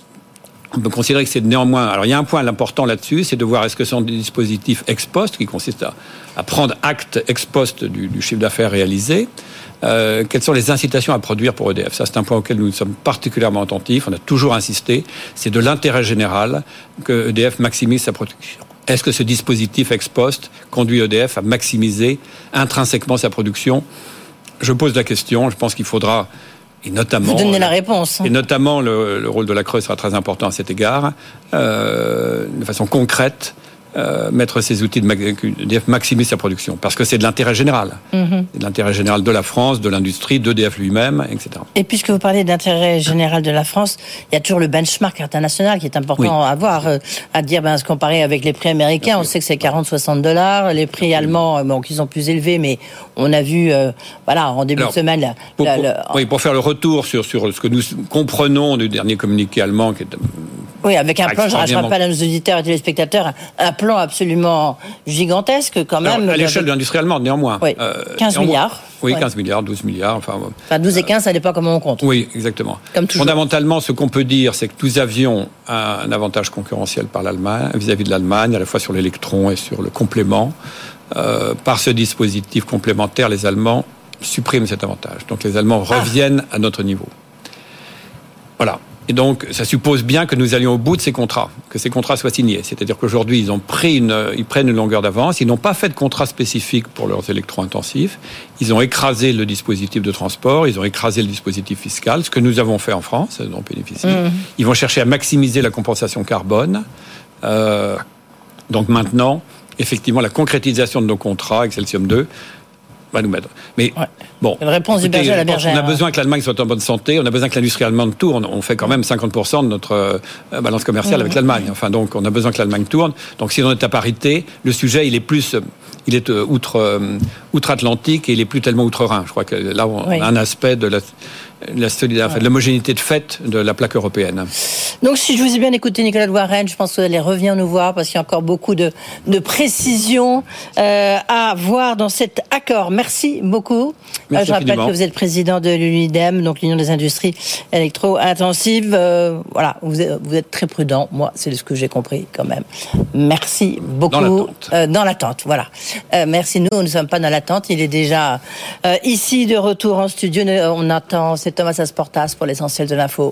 on peut considérer que c'est néanmoins. Alors il y a un point important là-dessus, c'est de voir est-ce que ce sont des dispositifs ex post qui consistent à, à prendre acte ex post du, du chiffre d'affaires réalisé. Euh, quelles sont les incitations à produire pour E D F? Ça, c'est un point auquel nous sommes particulièrement attentifs. On a toujours insisté. C'est de l'intérêt général que E D F maximise sa production. Est-ce que ce dispositif ex post conduit E D F à maximiser intrinsèquement sa production? Je pose la question. Je pense qu'il faudra, et notamment, vous donnez la réponse. Et notamment, le, le rôle de la Creuse sera très important à cet égard, euh, de façon concrète. Euh, mettre ces outils de E D F maximise sa production parce que c'est de l'intérêt général, mm-hmm. c'est de l'intérêt général de la France, de l'industrie, d'E D F lui-même, et cetera. Et puisque vous parlez d'intérêt général de la France, il y a toujours le benchmark international qui est important oui. à avoir, euh, à dire, ben, à se comparer avec les prix américains. On sait que c'est quarante à soixante dollars, les prix allemands, bon, qui sont plus élevés, mais on a vu, euh, voilà, en début Alors, de semaine, la, pour, la, pour, le... oui, pour faire le retour sur sur ce que nous comprenons du dernier communiqué allemand, qui est oui, avec un plan, je ne rappelle à nos auditeurs et téléspectateurs, un plan absolument gigantesque quand même. Alors, à l'échelle de l'industrie allemande, néanmoins. Oui, quinze euh, milliards. Oui, ouais. quinze milliards, douze milliards. Enfin, enfin douze et quinze, ça dépend comment on compte. Oui, exactement. Comme toujours. Fondamentalement, ce qu'on peut dire, c'est que nous avions un avantage concurrentiel par l'Allemagne, vis-à-vis de l'Allemagne, à la fois sur l'électron et sur le complément. Euh, par ce dispositif complémentaire, les Allemands suppriment cet avantage. Donc les Allemands ah. reviennent à notre niveau. Voilà. Et donc, ça suppose bien que nous allions au bout de ces contrats, que ces contrats soient signés. C'est-à-dire qu'aujourd'hui, ils ont pris une, ils prennent une longueur d'avance. Ils n'ont pas fait de contrat spécifique pour leurs électro-intensifs. Ils ont écrasé le dispositif de transport. Ils ont écrasé le dispositif fiscal, ce que nous avons fait en France, dont bénéficie. Mmh. Ils vont chercher à maximiser la compensation carbone. Euh, donc maintenant, effectivement, la concrétisation de nos contrats, Excelsium deux, va nous mettre. Mais ouais. bon, la réponse écoutez, du berger à la bergère. On a besoin que l'Allemagne soit en bonne santé. On a besoin que l'industrie allemande tourne. On fait quand même cinquante pour cent de notre euh, balance commerciale mmh. avec l'Allemagne. Enfin, donc, on a besoin que l'Allemagne tourne. Donc, si on est à parité, le sujet, il est plus, il est euh, outre, euh, outre-Atlantique et il est plus tellement outre-Rhin. Je crois que là, on oui. a un aspect de la, la solidarité, enfin, de l'homogénéité de fait de la plaque européenne. Donc, si je vous ai bien écouté, Nicolas de Warren, je pense que vous allez revenir nous voir parce qu'il y a encore beaucoup de, de précisions euh, à voir dans cet accord. Merci beaucoup. Merci je rappelle infiniment. que vous êtes président de l'UNIDEM, donc l'Union des industries électro-intensives. Euh, voilà, vous êtes, vous êtes très prudent. Moi, c'est ce que j'ai compris quand même. Merci beaucoup. Dans l'attente. Euh, dans l'attente, voilà. Euh, merci. Nous, nous ne sommes pas dans l'attente. Il est déjà euh, ici de retour en studio. On attend. C'est Thomas Asportas pour l'essentiel de l'info.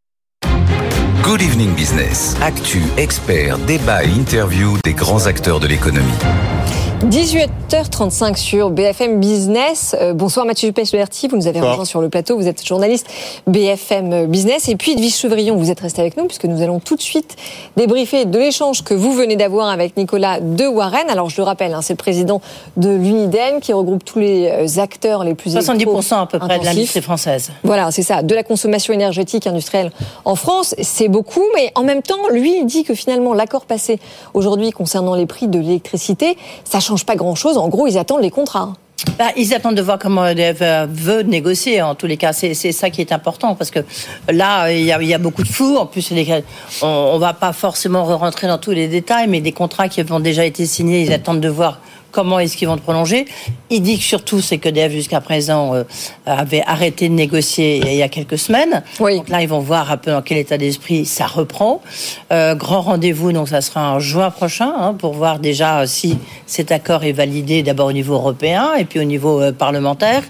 Good Evening Business. Actu, experts, débat et interview des grands acteurs de l'économie. dix-huit heures trente-cinq sur B F M Business. Euh, bonsoir Mathieu Juppé-Berti, vous nous avez rejoint sur le plateau, vous êtes journaliste B F M Business. Et puis Edwige Chevrillon, vous êtes resté avec nous puisque nous allons tout de suite débriefer de l'échange que vous venez d'avoir avec Nicolas de Warren. Alors je le rappelle, hein, c'est le président de l'Unidem qui regroupe tous les acteurs les plus soixante-dix pour cent à peu près de l'industrie française. Voilà, c'est ça, de la consommation énergétique industrielle en France, c'est beaucoup, mais en même temps, lui, il dit que finalement l'accord passé aujourd'hui concernant les prix de l'électricité, ça change pas grand-chose. En gros, ils attendent les contrats. Bah, ils attendent de voir comment E D F veut négocier. En tous les cas, c'est, c'est ça qui est important parce que là, il y a, il y a beaucoup de flou. En plus, les, on, on va pas forcément rentrer dans tous les détails, mais des contrats qui ont déjà été signés, ils attendent de voir comment est-ce qu'ils vont le prolonger. Il dit que surtout, c'est que E D F, jusqu'à présent, euh, avait arrêté de négocier il y a quelques semaines. Oui. Donc là, ils vont voir un peu dans quel état d'esprit ça reprend. Euh, grand rendez-vous, donc ça sera en juin prochain, hein, pour voir déjà si cet accord est validé d'abord au niveau européen et puis au niveau euh, parlementaire.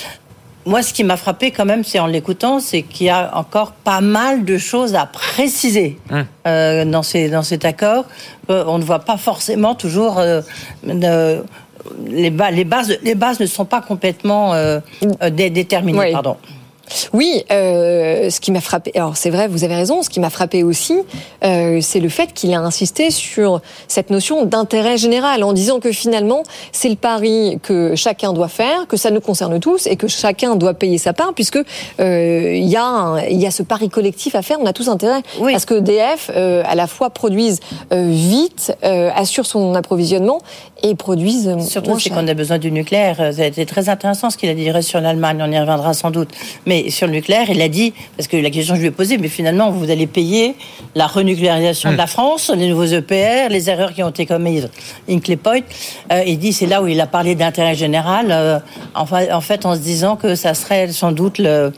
Moi, ce qui m'a frappé quand même, c'est en l'écoutant, c'est qu'il y a encore pas mal de choses à préciser mmh. euh, dans, ces, dans cet accord. Euh, on ne voit pas forcément toujours euh, de, les, ba- les, bases, les bases ne sont pas complètement euh, dé- déterminées. Oui. Pardon. Oui, euh, ce qui m'a frappé, alors c'est vrai, vous avez raison, ce qui m'a frappé aussi, euh, c'est le fait qu'il a insisté sur cette notion d'intérêt général, en disant que finalement, c'est le pari que chacun doit faire, que ça nous concerne tous, et que chacun doit payer sa part, puisque euh, il y a un, il y a ce pari collectif à faire, on a tous intérêt, oui. Parce que E D F, euh, à la fois produise euh, vite, euh, assure son approvisionnement, et produise euh, surtout moins c'est cher. qu'on a besoin du nucléaire. Ça a été très intéressant ce qu'il a dit sur l'Allemagne, on y reviendra sans doute, mais sur le nucléaire, il a dit, parce que la question que je lui ai posée, mais finalement, vous allez payer la renucléarisation mmh. de la France, les nouveaux E P R, les erreurs qui ont été commises, Hinkley Point. Euh, il dit, c'est là où il a parlé d'intérêt général, euh, en, fa- en fait, en se disant que ça serait sans doute le,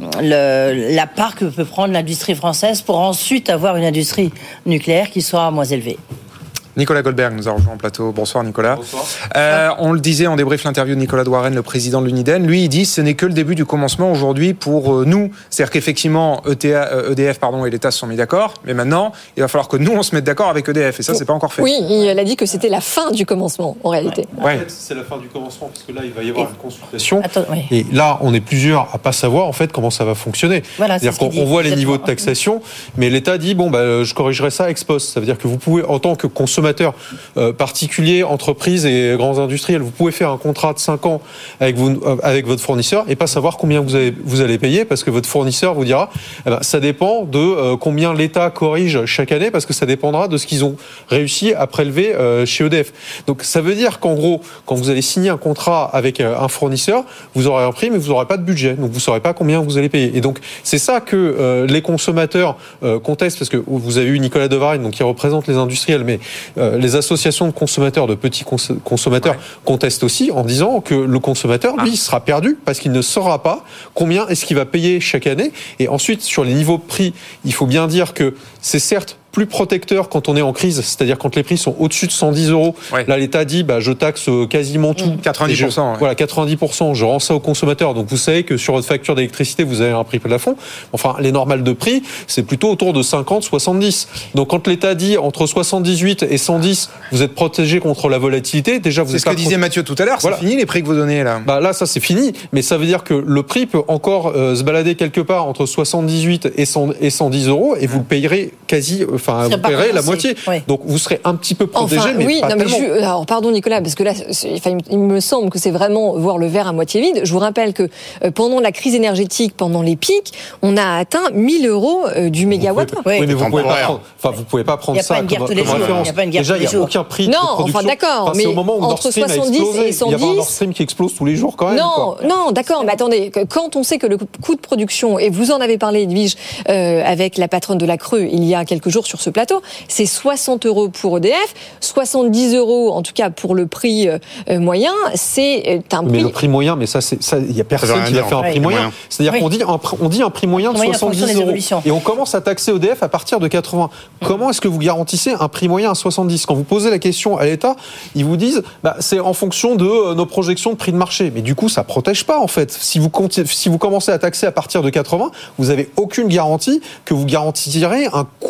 le, la part que peut prendre l'industrie française pour ensuite avoir une industrie nucléaire qui soit moins élevée. Nicolas Goldberg nous a rejoint en plateau. Bonsoir Nicolas. Bonsoir. Euh, on le disait en débrief l'interview de Nicolas de Warren, le président de l'Unidem. Lui, il dit ce n'est que le début du commencement aujourd'hui pour euh, nous. C'est-à-dire qu'effectivement, E T A, euh, E D F pardon, et l'État se sont mis d'accord, mais maintenant, il va falloir que nous, on se mette d'accord avec E D F. Et ça, c'est pas encore fait. Oui, il a dit que c'était la fin du commencement, en réalité. Ouais. En fait, c'est la fin du commencement, parce que là, il va y avoir et... une consultation. Attends, oui. Et là, on est plusieurs à pas savoir, en fait, comment ça va fonctionner. Voilà, c'est-à-dire c'est qu'on ce on voit les exactement. niveaux de taxation, mais l'État dit, bon, bah, je corrigerai ça ex post. Ça veut dire que vous pouvez, en tant que consommateur, euh, particuliers, entreprises et grands industriels, vous pouvez faire un contrat de cinq ans avec, vous, avec votre fournisseur et pas savoir combien vous, avez, vous allez payer parce que votre fournisseur vous dira eh ben, ça dépend de euh, combien l'État corrige chaque année parce que ça dépendra de ce qu'ils ont réussi à prélever euh, chez E D F. Donc ça veut dire qu'en gros, quand vous allez signer un contrat avec un fournisseur, vous aurez un prix mais vous n'aurez pas de budget, donc vous ne saurez pas combien vous allez payer. Et donc c'est ça que euh, les consommateurs euh, contestent parce que vous avez eu Nicolas de Warren donc, qui représente les industriels, mais euh, les associations de consommateurs, de petits cons- consommateurs ouais. contestent aussi en disant que le consommateur, lui, ah. sera perdu parce qu'il ne saura pas combien est-ce qu'il va payer chaque année. Et ensuite, sur les niveaux de prix, il faut bien dire que c'est certes plus protecteur quand on est en crise, c'est-à-dire quand les prix sont au-dessus de cent dix euros. Ouais. Là, l'État dit, bah, je taxe quasiment tout. quatre-vingt-dix pour cent. Je, ouais. Voilà, quatre-vingt-dix pour cent. Je rends ça aux consommateurs. Donc, vous savez que sur votre facture d'électricité, vous avez un prix plafond. Enfin, les normales de prix, c'est plutôt autour de cinquante, soixante-dix. Donc, quand l'État dit entre soixante-dix-huit et cent dix, vous êtes protégé contre la volatilité. Déjà, vous c'est êtes ce que pas disait pro... Mathieu tout à l'heure. Voilà. C'est fini les prix que vous donnez là. Bah, là, ça, c'est fini. Mais ça veut dire que le prix peut encore euh, se balader quelque part entre soixante-dix-huit et cent dix euros et vous le payerez quasi, enfin, vous payerez la moitié. Oui. Donc vous serez un petit peu protégé, enfin, mais oui, pas non, tellement. Mais je, alors pardon Nicolas, parce que là, enfin, il me semble que c'est vraiment voir le verre à moitié vide. Je vous rappelle que euh, pendant la crise énergétique, pendant les pics, on a atteint mille euros euh, du mégawatt. Oui, oui, mais vous pouvez pas prendre, enfin, vous pouvez pas prendre ça comme, comme référence. Il y a pas une guerre Déjà, il n'y a aucun prix de non, production. enfin d'accord, enfin, mais c'est au moment où entre soixante-dix et cent dix, il y a un Nord Stream qui explose tous les jours quand même. Non, quoi. non, d'accord, mais attendez, quand on sait que le coût de production, et vous en avez parlé, Edwige, euh, avec la patronne de la Creux il y a quelques jours sur ce plateau, c'est soixante euros pour E D F, soixante-dix euros en tout cas pour le prix euh, moyen, c'est un prix... Mais le prix moyen, mais ça, c'est, ça, il y a personne qui a fait un prix moyen. moyen. C'est-à-dire oui. qu'on dit un, on dit un prix moyen de soixante-dix euros. Et on commence à taxer E D F à partir de quatre-vingts. Mmh. Comment est-ce que vous garantissez un prix moyen à soixante-dix? Quand vous posez la question à l'État, ils vous disent, bah, c'est en fonction de euh, nos projections de prix de marché. Mais du coup, ça protège pas, en fait. Si vous, si vous commencez à taxer à partir de quatre-vingts, vous avez aucune garantie que vous garantirez un coût moyen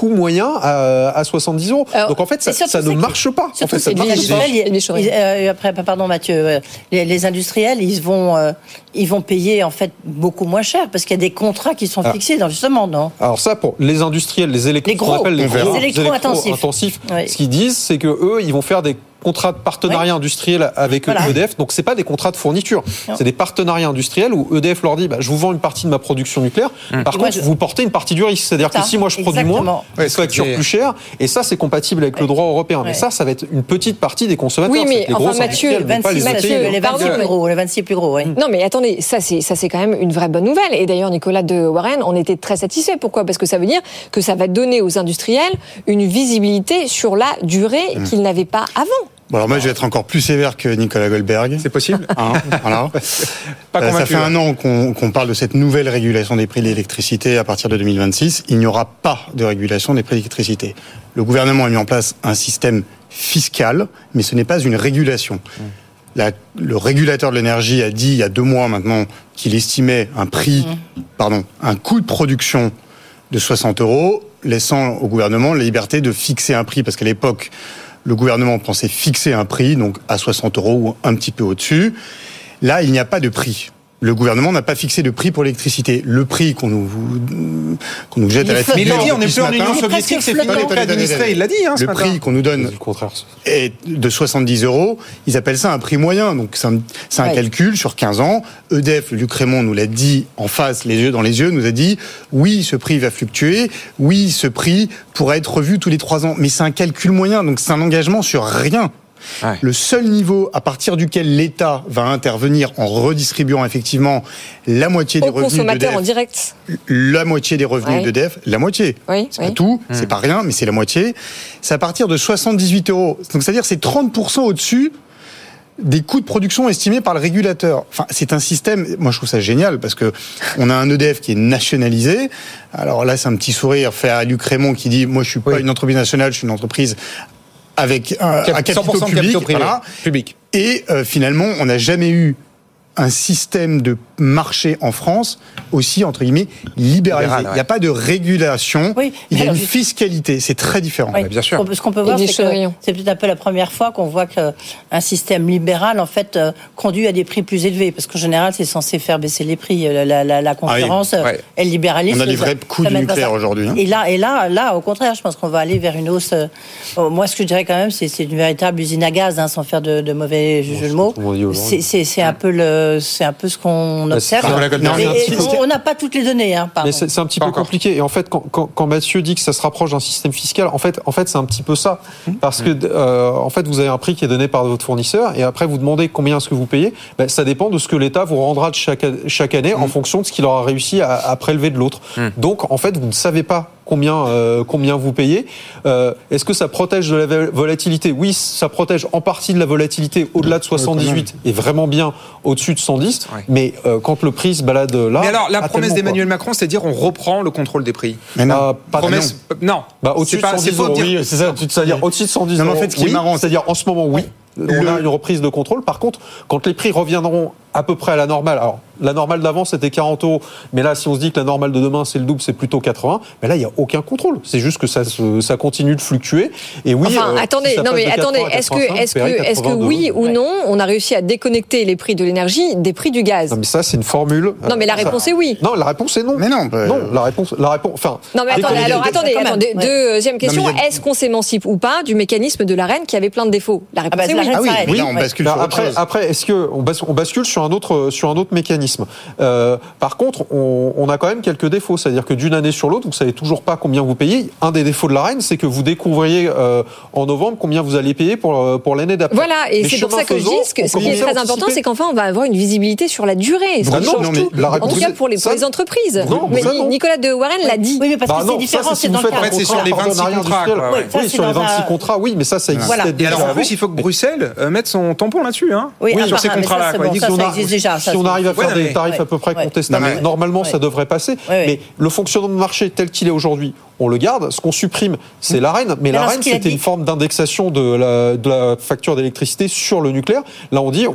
rien à, à soixante-dix euros. Alors, donc en fait, ça, ça ne marche pas. En fait, ça les industriels, ils, ils, euh, après, pardon Mathieu, les, les industriels, ils vont, euh, ils vont payer en fait beaucoup moins cher parce qu'il y a des contrats qui sont fixés, alors, justement, non. Alors ça, pour les industriels, les électro, les gros, on appelle les, gros, les électro-intensifs, électro-intensifs, oui. Ce qu'ils disent, c'est que eux, ils vont faire des contrats de partenariat oui. industriel avec voilà. E D F. Donc c'est pas des contrats de fourniture, non. C'est des partenariats industriels où E D F leur dit bah, je vous vends une partie de ma production nucléaire. Mmh. Par et contre, je... vous portez une partie du risque, c'est-à-dire ça. Que si moi je produis Exactement. moins, je facture plus cher. Et ça, c'est compatible avec ouais. le droit européen. Ouais. Mais ça, ça va être une petite partie des consommateurs. Oui, mais les enfin, gros Mathieu, vingt-six, Mathieu, les vingt-six plus gros, les vingt-six plus gros. Oui. Non, mais attendez, ça c'est ça c'est quand même une vraie bonne nouvelle. Et d'ailleurs, Nicolas de Warren, on était très satisfait. Pourquoi ? Parce que ça veut dire que ça va donner aux industriels une visibilité sur la durée mmh. qu'ils n'avaient pas avant. Bon, alors moi, je vais être encore plus sévère que Nicolas Goldberg. C'est possible. Hein, voilà. Pas euh, ça fait un an qu'on, qu'on parle de cette nouvelle régulation des prix de l'électricité à partir de deux mille vingt-six. Il n'y aura pas de régulation des prix de l'électricité. Le gouvernement a mis en place un système fiscal, mais ce n'est pas une régulation. Mmh. La, le régulateur de l'énergie a dit il y a deux mois maintenant qu'il estimait un prix, mmh. pardon, un coût de production de soixante euros, laissant au gouvernement la liberté de fixer un prix, parce qu'à l'époque, le gouvernement pensait fixer un prix, donc à soixante euros ou un petit peu au-dessus. Là, il n'y a pas de prix. Le gouvernement n'a pas fixé de prix pour l'électricité. Le prix qu'on nous, qu'on nous jette à la figure. Mais il l'a dit, on n'est plus en Union soviétique, c'est fini, le administré, il l'a dit. Hein, le prix qu'on nous donne est de soixante-dix euros. Ils appellent ça un prix moyen. Donc c'est un, c'est un ouais. calcul sur quinze ans. E D F, Luc Rémont nous l'a dit en face, les yeux dans les yeux, nous a dit oui, ce prix va fluctuer. Oui, ce prix pourra être revu tous les trois ans. Mais c'est un calcul moyen, donc c'est un engagement sur rien. Ouais. Le seul niveau à partir duquel l'État va intervenir en redistribuant effectivement la moitié des Au revenus d'E D F, en direct. la moitié des revenus ouais. d'E D F, la moitié, oui, c'est oui. pas tout, mmh. c'est pas rien, mais c'est la moitié. C'est à partir de soixante-dix-huit euros. Donc c'est-à-dire c'est trente pour cent au-dessus des coûts de production estimés par le régulateur. Enfin, c'est un système, moi je trouve ça génial, parce que on a un E D F qui est nationalisé. Alors là, c'est un petit sourire fait à Luc Rémont qui dit, moi je suis pas oui. une entreprise nationale, je suis une entreprise avec un, un capitaux public, voilà. public. Et euh, finalement, on n'a jamais eu un système de marché en France aussi, entre guillemets, libéralisé. Libéral, ouais. Il n'y a pas de régulation, oui, il y a une fiscalité. C'est très différent. Oui, ouais, bien sûr. Ce qu'on peut voir, c'est que c'est peut-être un peu la première fois qu'on voit qu'un système libéral, en fait, euh, conduit à des prix plus élevés. Parce qu'en général, c'est censé faire baisser les prix. La, la, la, la concurrence, ah oui. ouais. elle libéralise. On a des vrais coûts du nucléaire aujourd'hui. Hein. Et là, et là, là, au contraire, je pense qu'on va aller vers une hausse. Euh, moi, ce que je dirais quand même, c'est, c'est une véritable usine à gaz, hein, sans faire de, de mauvais jeu de mots. C'est, c'est, c'est un peu le c'est un peu ce qu'on observe. Non, mais on n'a pas toutes les données. Hein, mais c'est, c'est un petit peu encore. compliqué. Et en fait, quand, quand, quand Mathieu dit que ça se rapproche d'un système fiscal, en fait, en fait, c'est un petit peu ça. Parce que, euh, en fait, vous avez un prix qui est donné par votre fournisseur, et après, vous demandez combien est-ce que vous payez. Ben, ça dépend de ce que l'État vous rendra de chaque, chaque année, mmh. en fonction de ce qu'il aura réussi à, à prélever de l'autre. Mmh. Donc, en fait, vous ne savez pas combien euh, combien vous payez. Euh, est-ce que ça protège de la volatilité ? Oui, ça protège en partie de la volatilité au-delà de soixante-dix-huit et vraiment bien au-dessus de cent dix. Ouais. Mais euh, quand le prix se balade là... Mais alors, la promesse d'Emmanuel quoi. Macron, c'est de dire on reprend le contrôle des prix. Mais non, euh, pas promesse. Non. non. Bah, au-dessus de cent dix euros, oui, c'est ça. C'est-à-dire au-dessus de cent dix euros. Non, en fait, ce qui oui, est marrant, c'est-à-dire en ce moment, oui. On le... a une reprise de contrôle. Par contre, quand les prix reviendront à peu près à la normale, alors la normale d'avant c'était quarante euros, mais là si on se dit que la normale de demain c'est le double, c'est plutôt quatre-vingts, mais là il n'y a aucun contrôle. C'est juste que ça, ça continue de fluctuer. Et oui, enfin, euh, attendez, si non mais attendez, est-ce que, est-ce que, est-ce que oui ou non, on a réussi à déconnecter les prix de l'énergie des prix du gaz ? Non mais ça c'est une formule. Non mais la réponse ça... est oui. Non, la réponse est non. Mais non. Bah... Non, la réponse, la réponse, enfin. Non mais attendez, alors attendez, attendez. Deuxième question, a... est-ce qu'on s'émancipe ou pas du mécanisme de l'A R E N qui avait plein de défauts ? La réponse est oui. Ah oui, oui, on bascule sur autre chose. Après, est-ce que on bascule sur un autre, sur un autre mécanisme ? Euh, par contre, on, on a quand même quelques défauts, c'est-à-dire que d'une année sur l'autre, vous savez toujours pas combien vous payez. Un des défauts de l'A R E N, c'est que vous découvriez euh, en novembre combien vous allez payer pour pour l'année d'après. Voilà, et mais c'est pour ça que faisant, je dis ce, que, ce qui est très important, c'est qu'enfin on va avoir une visibilité sur la durée. Ça change non, tout. En tout cas pour les, pour les entreprises. Non, mais non. Nicolas de Warren l'a dit. Oui, mais parce bah que non, c'est différent, ça, c'est dans le cadre. En fait, c'est sur les vingt-six contrats. Oui, sur les vingt-six contrats, oui, mais ça, ça existe. Et alors en plus, il faut que Bruxelles mette son tampon là-dessus, hein. Oui, sur ces contrats-là. Ça existe déjà. Si on arrive à faire des tarifs à peu près contestables, normalement, ça devrait passer. Mais le fonctionnement de marché tel qu'il est aujourd'hui, on le garde. Ce qu'on supprime, c'est l'A R E N. Mais l'A R E N, c'était une forme d'indexation de la, de la facture d'électricité sur le nucléaire. Là, on dit, on,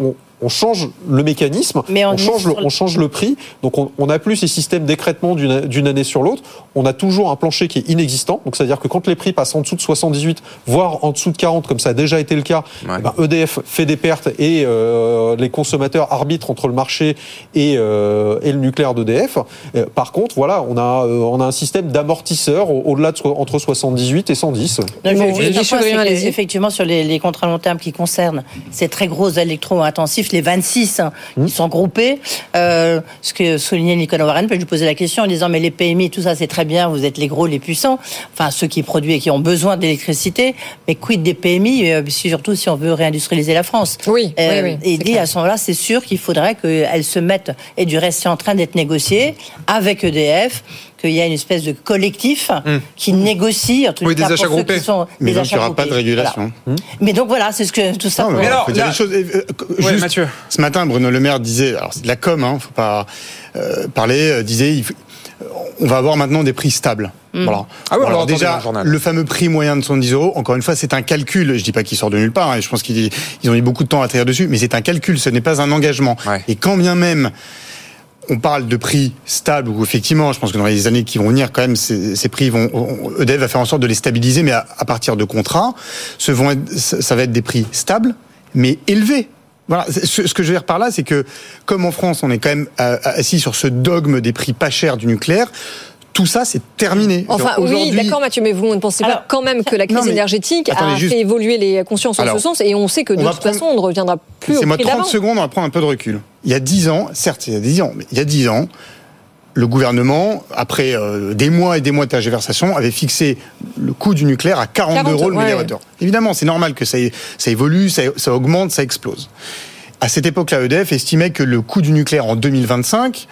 on change le mécanisme, Mais on, on, change, le, on change le prix. Donc on, on n'a plus ces systèmes d'écrêtement d'une, d'une année sur l'autre. On a toujours un plancher qui est inexistant. Donc c'est-à-dire que quand les prix passent en dessous de soixante-dix-huit, voire en dessous de quarante, comme ça a déjà été le cas, ouais. ben E D F fait des pertes et euh, les consommateurs arbitrent entre le marché et, euh, et le nucléaire d'E D F. Euh, par contre, voilà, on a, euh, on a un système d'amortisseurs au, au-delà de so- entre soixante-dix-huit et cent dix. Non, bon, je, je, je effectivement, sur les, les contrats long terme qui concernent ces très gros électro-intensifs, les vingt-six hein, mmh. qui sont groupés, euh, ce que soulignait Nicolas Warren, peut je lui poser la question en disant mais les P M I, tout ça c'est très bien, vous êtes les gros, les puissants, enfin ceux qui produisent et qui ont besoin d'électricité, mais quid des P M I, euh, surtout si on veut réindustrialiser la France. Oui, euh, oui, oui. Et dit à ce moment-là, c'est sûr qu'il faudrait qu'elles se mettent, et du reste c'est en train d'être négocié avec E D F, qu'il y a une espèce de collectif mmh. qui négocie, en tout oui, cas des achats pour groupés. Ceux qui sont mais des donc il n'y aura pas de régulation. Voilà. Mmh. Mais donc voilà, c'est ce que tout ça. Non, pour... mais alors, faut dire là... les choses. Euh, ouais, juste, Mathieu. Ce matin, Bruno Le Maire disait, alors c'est de la com, hein, faut pas euh, parler, euh, disait, il faut, on va avoir maintenant des prix stables. Mmh. Voilà. Ah oui, alors, alors déjà, le fameux prix moyen de soixante-dix euros, encore une fois, c'est un calcul. Je dis pas qu'il sort de nulle part, hein, je pense qu'ils ils ont eu beaucoup de temps à atterrir dessus, mais c'est un calcul, ce n'est pas un engagement. Ouais. Et quand bien même on parle de prix stables, où effectivement, je pense que dans les années qui vont venir, quand même, ces, ces prix vont, E D F va faire en sorte de les stabiliser, mais à, à partir de contrats, ce vont être, ça va être des prix stables, mais élevés. Voilà. Ce, ce que je veux dire par là, c'est que, comme en France, on est quand même assis sur ce dogme des prix pas chers du nucléaire, tout ça, c'est terminé. Enfin, Genre, oui, d'accord, Mathieu, mais vous ne pensez Alors, pas quand même que la crise non, énergétique attendez, a juste... fait évoluer les consciences en Alors, ce sens, et on sait que de toute prendre... façon, on ne reviendra plus c'est au prix d'avant. trente secondes, on va prendre un peu de recul. Il y a dix ans, certes, il y a dix ans, mais il y a dix ans, le gouvernement, après euh, des mois et des mois de tergiversation, avait fixé le coût du nucléaire à quarante, quarante euros le ouais. mégawattheure. Évidemment, c'est normal que ça, ça évolue, ça, ça augmente, ça explose. À cette époque-là, E D F estimait que le coût du nucléaire en deux mille vingt-cinq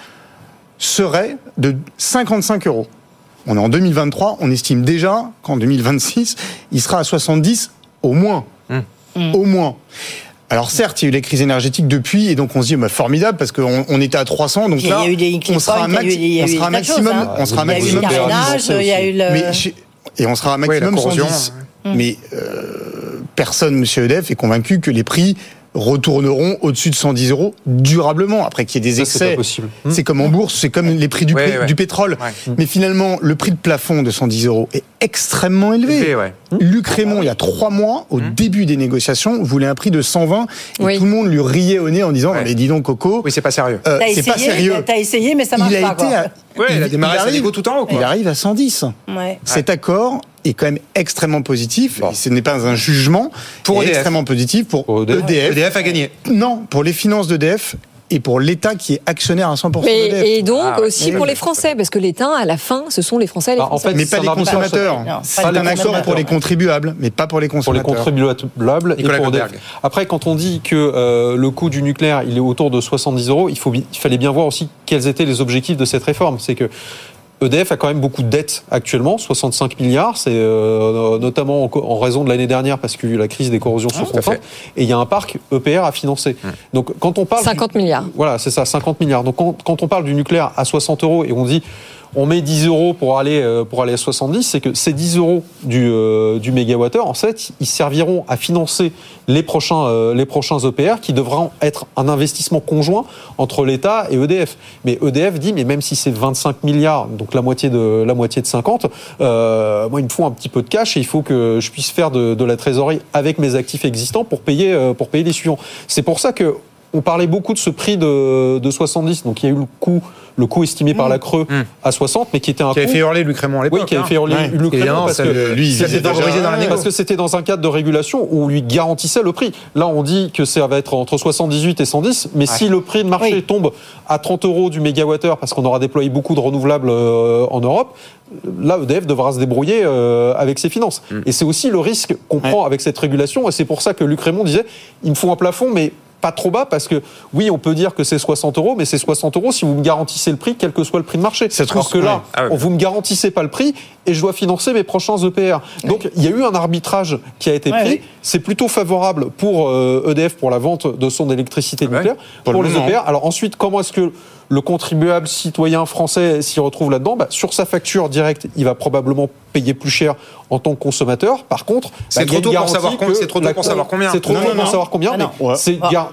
serait de cinquante-cinq euros. On est en deux mille vingt-trois, on estime déjà qu'en deux mille vingt-six, il sera à soixante-dix au moins. Mmh. Au moins. Alors certes, il y a eu les crises énergétiques depuis, et donc on se dit bah, formidable parce qu'on on était à trois cents, donc là on sera un maximum, on sera un maximum il y a eu le... mais chez, et on sera un maximum oui, cent dix. Mmh. Mais euh, personne, Monsieur E D F, est convaincu que les prix retourneront au-dessus de cent dix euros durablement. Après qu'il y ait des excès, ça, c'est pas possible. C'est comme en bourse, c'est comme les prix du, ouais, prix, ouais. du pétrole. Ouais. Mais finalement, le prix de plafond de cent dix euros est extrêmement élevé. élevé ouais. Luc Rémond, il y a trois mois, au mmh. début des négociations, voulait un prix de cent vingt et oui. tout le monde lui riait au nez en disant ouais. mais dis donc Coco, oui c'est pas sérieux. Euh, t'as c'est essayé, pas sérieux. T'as essayé, mais ça marche il a pas. Été à, ouais, il, il a démarré sa négo tout en haut. Quoi. Il arrive à cent dix. Ouais. Cet accord est quand même extrêmement positif. Bon. Ce n'est pas un jugement. Pour E D F. Extrêmement positif pour, pour E D F. E D F. E D F a gagné. Non, pour les finances d'E D F et pour l'État qui est actionnaire à cent pour cent mais, d'E D F. Et donc ah, aussi oui. pour les Français, parce que l'État, à la fin, ce sont les Français et les Français. En fait, mais pas les consommateurs. Non, c'est un accord pour les contribuables, mais pas pour les consommateurs. Pour les contribuables et pour E D F. Après, quand on dit que euh, le coût du nucléaire, il est autour de soixante-dix euros, il, faut, il fallait bien voir aussi quels étaient les objectifs de cette réforme. C'est que E D F a quand même beaucoup de dettes actuellement, soixante-cinq milliards, c'est euh, notamment en, en raison de l'année dernière parce qu'il y a eu la crise des corrosions ah, sur contrat, et il y a un parc E P R à financer. Mmh. Donc quand on parle cinquante milliards. Voilà, c'est ça, cinquante milliards. Donc quand, quand on parle du nucléaire à soixante euros et on dit on met dix euros pour aller pour aller à soixante-dix, c'est que ces dix euros du euh, du mégawattheure, en fait, ils serviront à financer les prochains euh, les prochains E P R qui devront être un investissement conjoint entre l'État et E D F. Mais E D F dit mais même si c'est vingt-cinq milliards, donc la moitié de la moitié de cinquante, euh, moi il me faut un petit peu de cash et il faut que je puisse faire de, de la trésorerie avec mes actifs existants pour payer euh, pour payer les suivants. C'est pour ça que on parlait beaucoup de ce prix de, de soixante-dix, donc il y a eu le coût, le coût estimé mmh. par la Creux mmh. à soixante, mais qui était un qui coût... avait fait hurler Luc Rémond à l'époque. Oui, qui avait fait hurler ouais. Luc Rémond parce que, lui, il s'était favorisé dans la négo. Parce que c'était dans un cadre de régulation où on lui garantissait le prix. Là, on dit que ça va être entre soixante-dix-huit et cent dix, mais ouais. si le prix de marché oui. tombe à trente euros du mégawattheure, parce qu'on aura déployé beaucoup de renouvelables euh, en Europe, là, E D F devra se débrouiller euh, avec ses finances. Mmh. Et c'est aussi le risque qu'on ouais. prend avec cette régulation, et c'est pour ça que Luc Rémond disait, il me faut un plafond, mais pas trop bas, parce que oui, on peut dire que c'est soixante euros, mais c'est soixante euros si vous me garantissez le prix, quel que soit le prix de marché. Alors que là, ouais. ah ouais. vous me garantissez pas le prix et je dois financer mes prochains E P R. Donc, il y a eu un arbitrage qui a été ouais, pris. Oui. C'est plutôt favorable pour euh, E D F pour la vente de son électricité ouais. nucléaire, pour, pour les E P R. Alors ensuite, comment est-ce que le contribuable citoyen français s'y retrouve là-dedans? Bah, sur sa facture directe, il va probablement payer plus cher en tant que consommateur. Par contre, c'est bah, trop tôt pour savoir combien. C'est trop tôt pour savoir combien. C'est trop tôt pour savoir combien. Ah mais ouais. c'est, gar... enfin,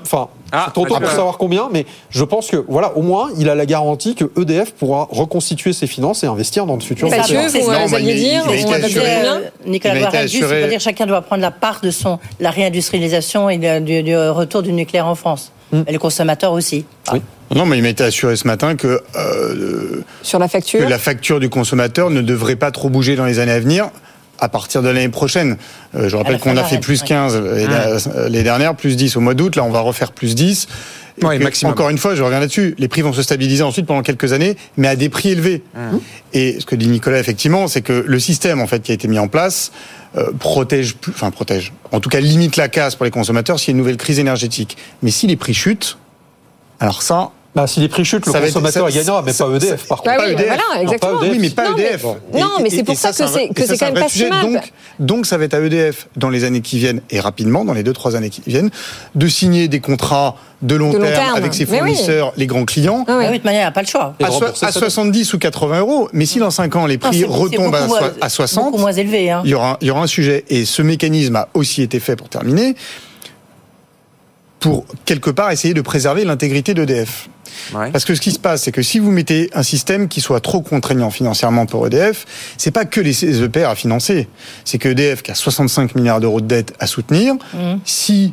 Ah, c'est trop tôt pour savoir combien, mais je pense que, voilà, au moins, il a la garantie que E D F pourra reconstituer ses finances et investir dans le futur. Mathieu, vous, vous alliez dire, on va dire, euh, Nicolas Douarenne, juste, c'est dire chacun doit prendre la part de son, la réindustrialisation et le, du, du retour du nucléaire en France. Hum. Et les consommateurs aussi. Ah. Oui. Non, mais il m'a été assuré ce matin que, euh, sur la facture, que la facture du consommateur ne devrait pas trop bouger dans les années à venir. À partir de l'année prochaine. Euh, je rappelle qu'on a fait plus quinze ouais. les, les dernières, plus dix au mois d'août. Là, on va refaire plus dix. Ouais, que, encore une fois, je reviens là-dessus. Les prix vont se stabiliser ensuite pendant quelques années, mais à des prix élevés. Mmh. Et ce que dit Nicolas, effectivement, c'est que le système, en fait, qui a été mis en place, euh, protège, plus, enfin, protège. En tout cas, limite la casse pour les consommateurs s'il y a une nouvelle crise énergétique. Mais si les prix chutent, alors ça, Bah, si les prix chutent, le consommateur est gagnant, mais pas E D F, par contre. Bah oui, pas E D F. Voilà, exactement. Non, pas E D F. Oui, mais pas non, E D F. Mais, non, mais c'est pour ça, ça que c'est, que c'est quand même pas si mal. Donc, donc, ça va être à E D F, dans les années qui viennent, et rapidement, dans les deux, trois années qui viennent, de signer des contrats de long, de long terme, terme avec ses fournisseurs, oui. les grands clients. Ah oui, de toute manière, il n'y a pas le choix. À, so- à soixante-dix ou quatre-vingts euros. Mais si dans cinq ans, les prix non, retombent à, moins, à soixante, beaucoup moins élevé, hein. il y aura, il y aura un sujet. Et ce mécanisme a aussi été fait, pour terminer, pour quelque part essayer de préserver l'intégrité d'E D F. Ouais. Parce que ce qui se passe, c'est que si vous mettez un système qui soit trop contraignant financièrement pour E D F, c'est pas que les E P R à financer. C'est que E D F qui a soixante-cinq milliards d'euros de dette à soutenir, mmh. si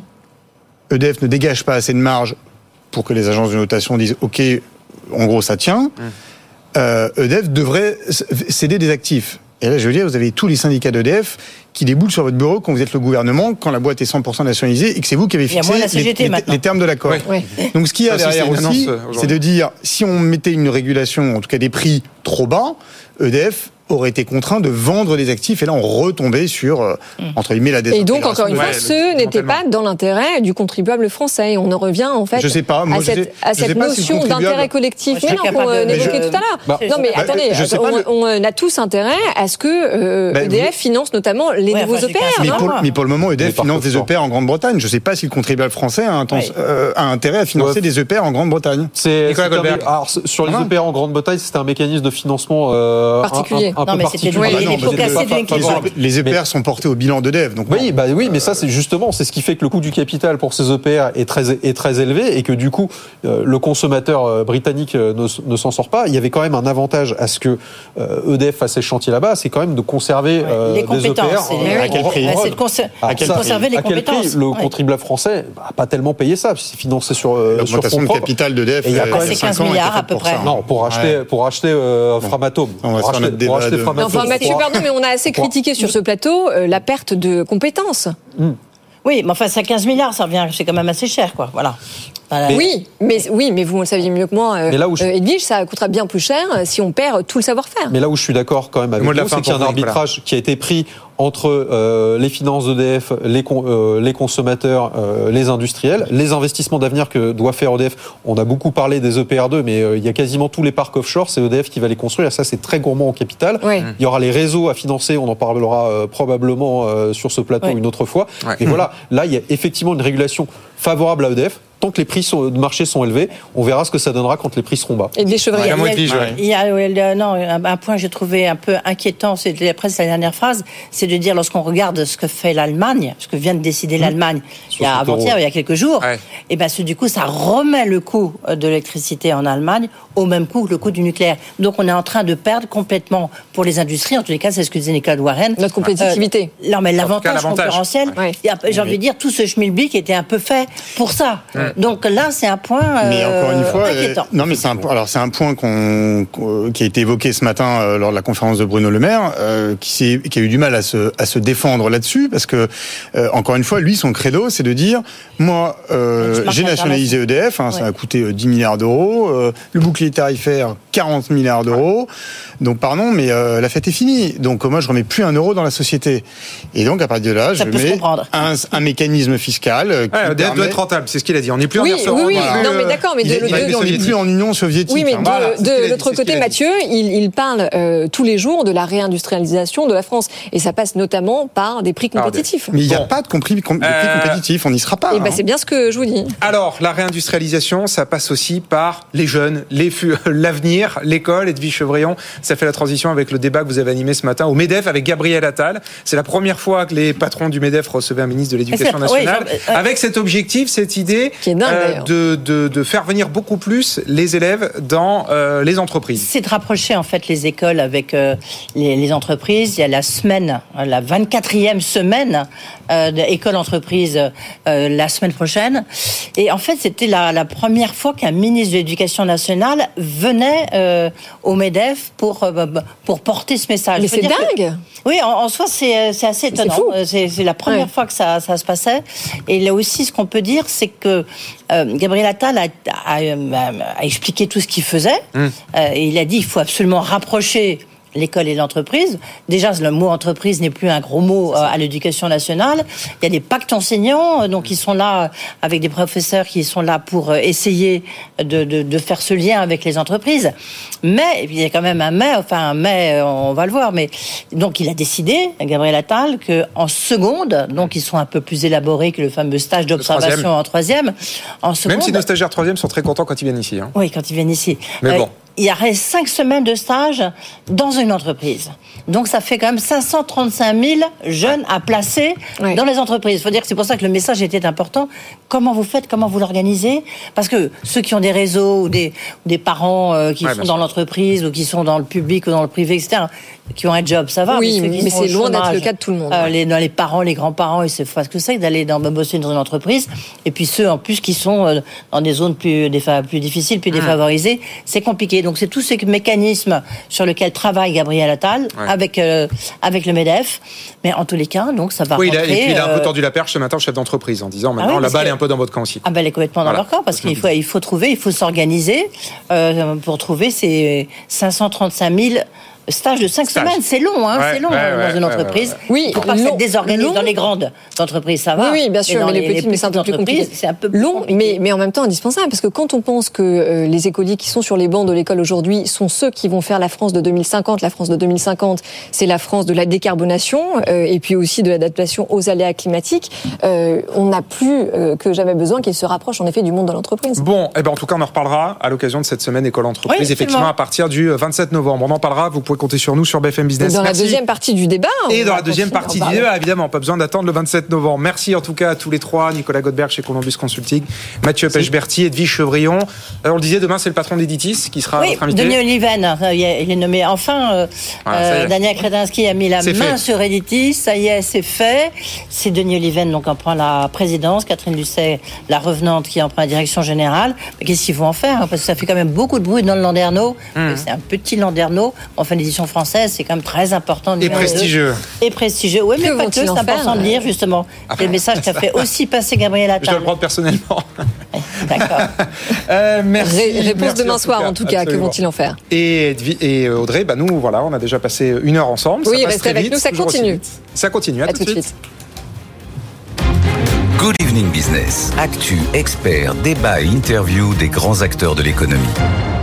E D F ne dégage pas assez de marge pour que les agences de notation disent OK, en gros ça tient, mmh. euh, E D F devrait céder des actifs. Et là, je veux dire, vous avez tous les syndicats d'E D F qui déboulent sur votre bureau quand vous êtes le gouvernement, quand la boîte est cent pour cent nationalisée et que c'est vous qui avez fixé les, les, les termes de l'accord. Oui. Oui. Donc, ce qu'il y a ça derrière aussi, c'est de dire, si on mettait une régulation, en tout cas des prix trop bas, E D F aurait été contraint de vendre des actifs et là on retombait sur euh, entre guillemets la désintégration. Et donc encore une fois, ouais, ce n'était pas dans l'intérêt du contribuable français. Et on en revient en fait je sais pas, moi, à cette, sais, à cette notion si d'intérêt collectif. Mais non, qu'on euh, évoquait tout à l'heure. Bah, non mais bah, attendez, on, le... on a tous intérêt à ce que euh, bah, E D F vous... finance notamment les ouais, nouveaux enfin, E P R. Mais, non pour, mais pour le moment, E D F finance des E P R en Grande-Bretagne. Je ne sais pas si le contribuable français a, intens... ouais. euh, a intérêt à financer ouais. des E P R en Grande-Bretagne. C'est, c'est un... Alors, sur les E P R en Grande-Bretagne, c'était un mécanisme de financement euh, particulier. Un, un, un peu particulier. Ah non, les E P R mais... sont portés au bilan d'E D F. Donc oui, bah oui, mais ça c'est justement c'est ce qui fait que le coût du capital pour ces E P R est très est très élevé et que du coup euh, le consommateur euh, britannique euh, ne, ne s'en sort pas. Il y avait quand même un avantage à ce que euh, E D F fasse ses chantiers là-bas, c'est quand même de conserver euh, les des E P R. Les... À quel prix ? C'est de conser... à quel conserver les à quel compétences. Prix le ouais. contribuable français n'a pas tellement payé ça, c'est financé sur euh, sur fonds propres. Le capital d'E D F, il y a quand même quinze milliards à peu près. Non, pour acheter pour acheter Framatome. Pour acheter Framatome. Enfin Mathieu, pardon, mais on a assez critiqué sur ce plateau euh, la perte de compétences. Mmh. Oui, mais enfin, c'est quinze milliards, ça revient, c'est quand même assez cher, quoi. Voilà. Voilà. Mais, oui, mais oui, mais vous le saviez mieux que moi, euh, je... euh, Edwige, ça coûtera bien plus cher si on perd tout le savoir-faire. Mais là où je suis d'accord quand même avec vous, c'est qu'il y a un arbitrage voilà. qui a été pris entre euh, les finances d'E D F, les, con, euh, les consommateurs, euh, les industriels, les investissements d'avenir que doit faire E D F. On a beaucoup parlé des E P R deux, mais euh, il y a quasiment tous les parcs offshore, c'est E D F qui va les construire. Ça, c'est très gourmand en capital. Oui. Il y aura les réseaux à financer, on en parlera euh, probablement euh, sur ce plateau oui. une autre fois. Ouais. Et mmh. voilà, là, il y a effectivement une régulation favorable à E D F. Tant que les prix sont, de marché sont élevés, on verra ce que ça donnera quand les prix seront bas. Et des chevriers. Il y a, il y a, il y a non, un point que j'ai trouvé un peu inquiétant, c'est presque la dernière phrase, c'est de dire lorsqu'on regarde ce que fait l'Allemagne, ce que vient de décider mmh. l'Allemagne, il y a avant-hier, il y a quelques jours, ouais. et ben du coup, ça remet le coût de l'électricité en Allemagne au même coût que le coût du nucléaire. Donc on est en train de perdre complètement pour les industries, en tous les cas, c'est ce que disait Nicolas Douarenne. Notre compétitivité. Euh, non, mais l'avantage, cas, l'avantage concurrentiel, ouais. j'ai envie de dire, tout ce schmilblick était un peu fait pour ça. Ouais. Donc là, c'est un point euh, mais encore une fois, inquiétant. Euh, non, mais c'est un, alors c'est un point qu'on, qui a été évoqué ce matin euh, lors de la conférence de Bruno Le Maire, euh, qui, s'est, qui a eu du mal à se, à se défendre là-dessus, parce que euh, encore une fois, lui, son credo, c'est de dire, moi, euh, j'ai nationalisé E D F, hein, ouais. ça a coûté dix milliards d'euros, euh, le bouclier tarifaire quarante milliards d'euros, donc pardon, mais euh, la fête est finie. Donc moi, je remets plus un euro dans la société. Et donc à partir de là, ça je mets un, un mécanisme fiscal. Ouais, E D F doit être rentable, c'est ce qu'il a dit. On n'est plus oui, en oui, oui, voilà. non, mais d'accord, mais de, il, de, il, on n'est plus en Union soviétique. Oui, mais hein, de, voilà, de l'autre côté, dit, Mathieu, il, il parle euh, tous les jours de la réindustrialisation de la France, et ça passe notamment par des prix compétitifs. Mais il n'y a bon. pas de compris, com- euh, prix compétitifs, on n'y sera pas. Et hein. ben c'est bien ce que je vous dis. Alors, la réindustrialisation, ça passe aussi par les jeunes, les fu- l'avenir. finir l'école. Edwige Chevrillon, ça fait la transition avec le débat que vous avez animé ce matin au MEDEF avec Gabriel Attal. C'est la première fois que les patrons du MEDEF recevaient un ministre de l'Éducation nationale. Oui, euh, avec cet objectif, cette idée dingue, euh, de, de, de faire venir beaucoup plus les élèves dans euh, les entreprises. C'est de rapprocher en fait les écoles avec euh, les, les entreprises. Il y a la semaine, la vingt-quatrième semaine euh, d'école-entreprise euh, la semaine prochaine. Et en fait, c'était la, la première fois qu'un ministre de l'Éducation nationale venait euh, au MEDEF pour, euh, pour porter ce message. Mais c'est dingue que, Oui, en, en soi, c'est, c'est assez étonnant. C'est, c'est, c'est la première ouais. fois que ça, ça se passait. Et là aussi, ce qu'on peut dire, c'est que euh, Gabriel Attal a, a, a, a expliqué tout ce qu'il faisait. Mmh. Euh, et il a dit qu'il faut absolument rapprocher l'école et l'entreprise. Déjà, le mot entreprise n'est plus un gros mot euh, à l'éducation nationale. Il y a des pactes enseignants, euh, donc ils sont là avec des professeurs qui sont là pour euh, essayer de, de, de faire ce lien avec les entreprises. Mais il y a quand même un mais, enfin un mais, on va le voir. Mais donc il a décidé, Gabriel Attal, que en seconde, donc ils sont un peu plus élaborés que le fameux stage d'observation troisième. en troisième. En seconde, même si nos stagiaires troisième sont très contents quand ils viennent ici. Hein. Oui, quand ils viennent ici. Mais euh, bon. Il y aurait cinq semaines de stage dans une entreprise. Donc, ça fait quand même cinq cent trente-cinq mille jeunes à placer oui. dans les entreprises. Il faut dire que c'est pour ça que le message était important. Comment vous faites, comment vous l'organisez ? Parce que ceux qui ont des réseaux ou des, des parents euh, qui ouais, sont dans sûr. l'entreprise ou qui sont dans le public ou dans le privé, et cetera, qui ont un job, ça va. Oui, mais, mais c'est loin chômage, d'être le cas de tout le monde. Euh, les, dans les parents, les grands-parents, ils savent pas ce que c'est que d'aller dans, bosser dans une entreprise. Et puis ceux, en plus, qui sont euh, dans des zones plus, défa- plus difficiles, plus mmh. défavorisées, c'est compliqué. Donc, c'est tous ces mécanismes sur lesquels travaille Gabriel Attal ouais. avec, euh, avec le MEDEF. Mais en tous les cas, donc, ça va oui, rentrer... Oui, et puis il a un peu euh... tordu la perche ce matin au chef d'entreprise en disant maintenant, ah oui, la balle que... est un peu dans votre camp aussi. Ah ben, elle est complètement dans voilà. leur camp parce qu'il faut, il faut trouver, il faut s'organiser euh, pour trouver ces cinq cent trente-cinq mille stage de cinq semaines, c'est long, hein, ouais, c'est long ouais, dans ouais, une entreprise. Ouais, ouais. Oui, il faut pas que ça désorganise dans les grandes entreprises, ça va. Oui, oui bien sûr, mais, mais les, les petites, mais c'est un peu plus compliqué. C'est un peu plus long, mais, mais en même temps indispensable, parce que quand on pense que euh, les écoliers qui sont sur les bancs de l'école aujourd'hui sont ceux qui vont faire la France de deux mille cinquante, la France de deux mille cinquante, c'est la France de la décarbonation euh, et puis aussi de l'adaptation aux aléas climatiques. Euh, on n'a plus euh, que jamais besoin qu'ils se rapprochent en effet du monde de l'entreprise. Bon, eh ben en tout cas, on en reparlera à l'occasion de cette semaine école-entreprise, oui, effectivement à partir du vingt-sept novembre. On en parlera. Vous pouvez compter sur nous sur B F M Business. Dans Merci. la deuxième partie du débat. Et dans la deuxième partie du débat, évidemment, pas besoin d'attendre le vingt-sept novembre. Merci en tout cas à tous les trois, Nicolas Godberg chez Columbus Consulting, Mathieu Pechberti, Edwige Chevrillon. Alors, on le disait, demain c'est le patron d'Editis qui sera oui, notre invité. Denis Oliven, il est nommé enfin. Euh, voilà, euh, Daniel Kretinsky a mis la c'est main fait. sur Editis, ça y est, c'est fait. C'est Denis Oliven donc en prend la présidence, Catherine Lucet, la revenante, qui en prend la direction générale. Mais qu'est-ce qu'il faut en faire hein, parce que ça fait quand même beaucoup de bruit dans le Landerneau. Mmh. C'est un petit Landerneau. Enfin, l'édition française, c'est quand même très important. Et prestigieux. Et prestigieux. Oui, mais que pas que, c'est important de lire, justement. C'est le message qu'a fait aussi passer Gabriel Attal. Je dois le prendre personnellement. D'accord. euh, merci. Ré- réponse merci demain soir, en tout cas. Absolument. Que vont-ils en faire ? Et, et Audrey, bah nous, voilà, on a déjà passé une heure ensemble. Oui, ça restez avec vite, nous, ça continue. Ça continue, à, à tout, tout de suite. suite. Good Evening Business. Actu, experts, débat et interview des grands acteurs de l'économie.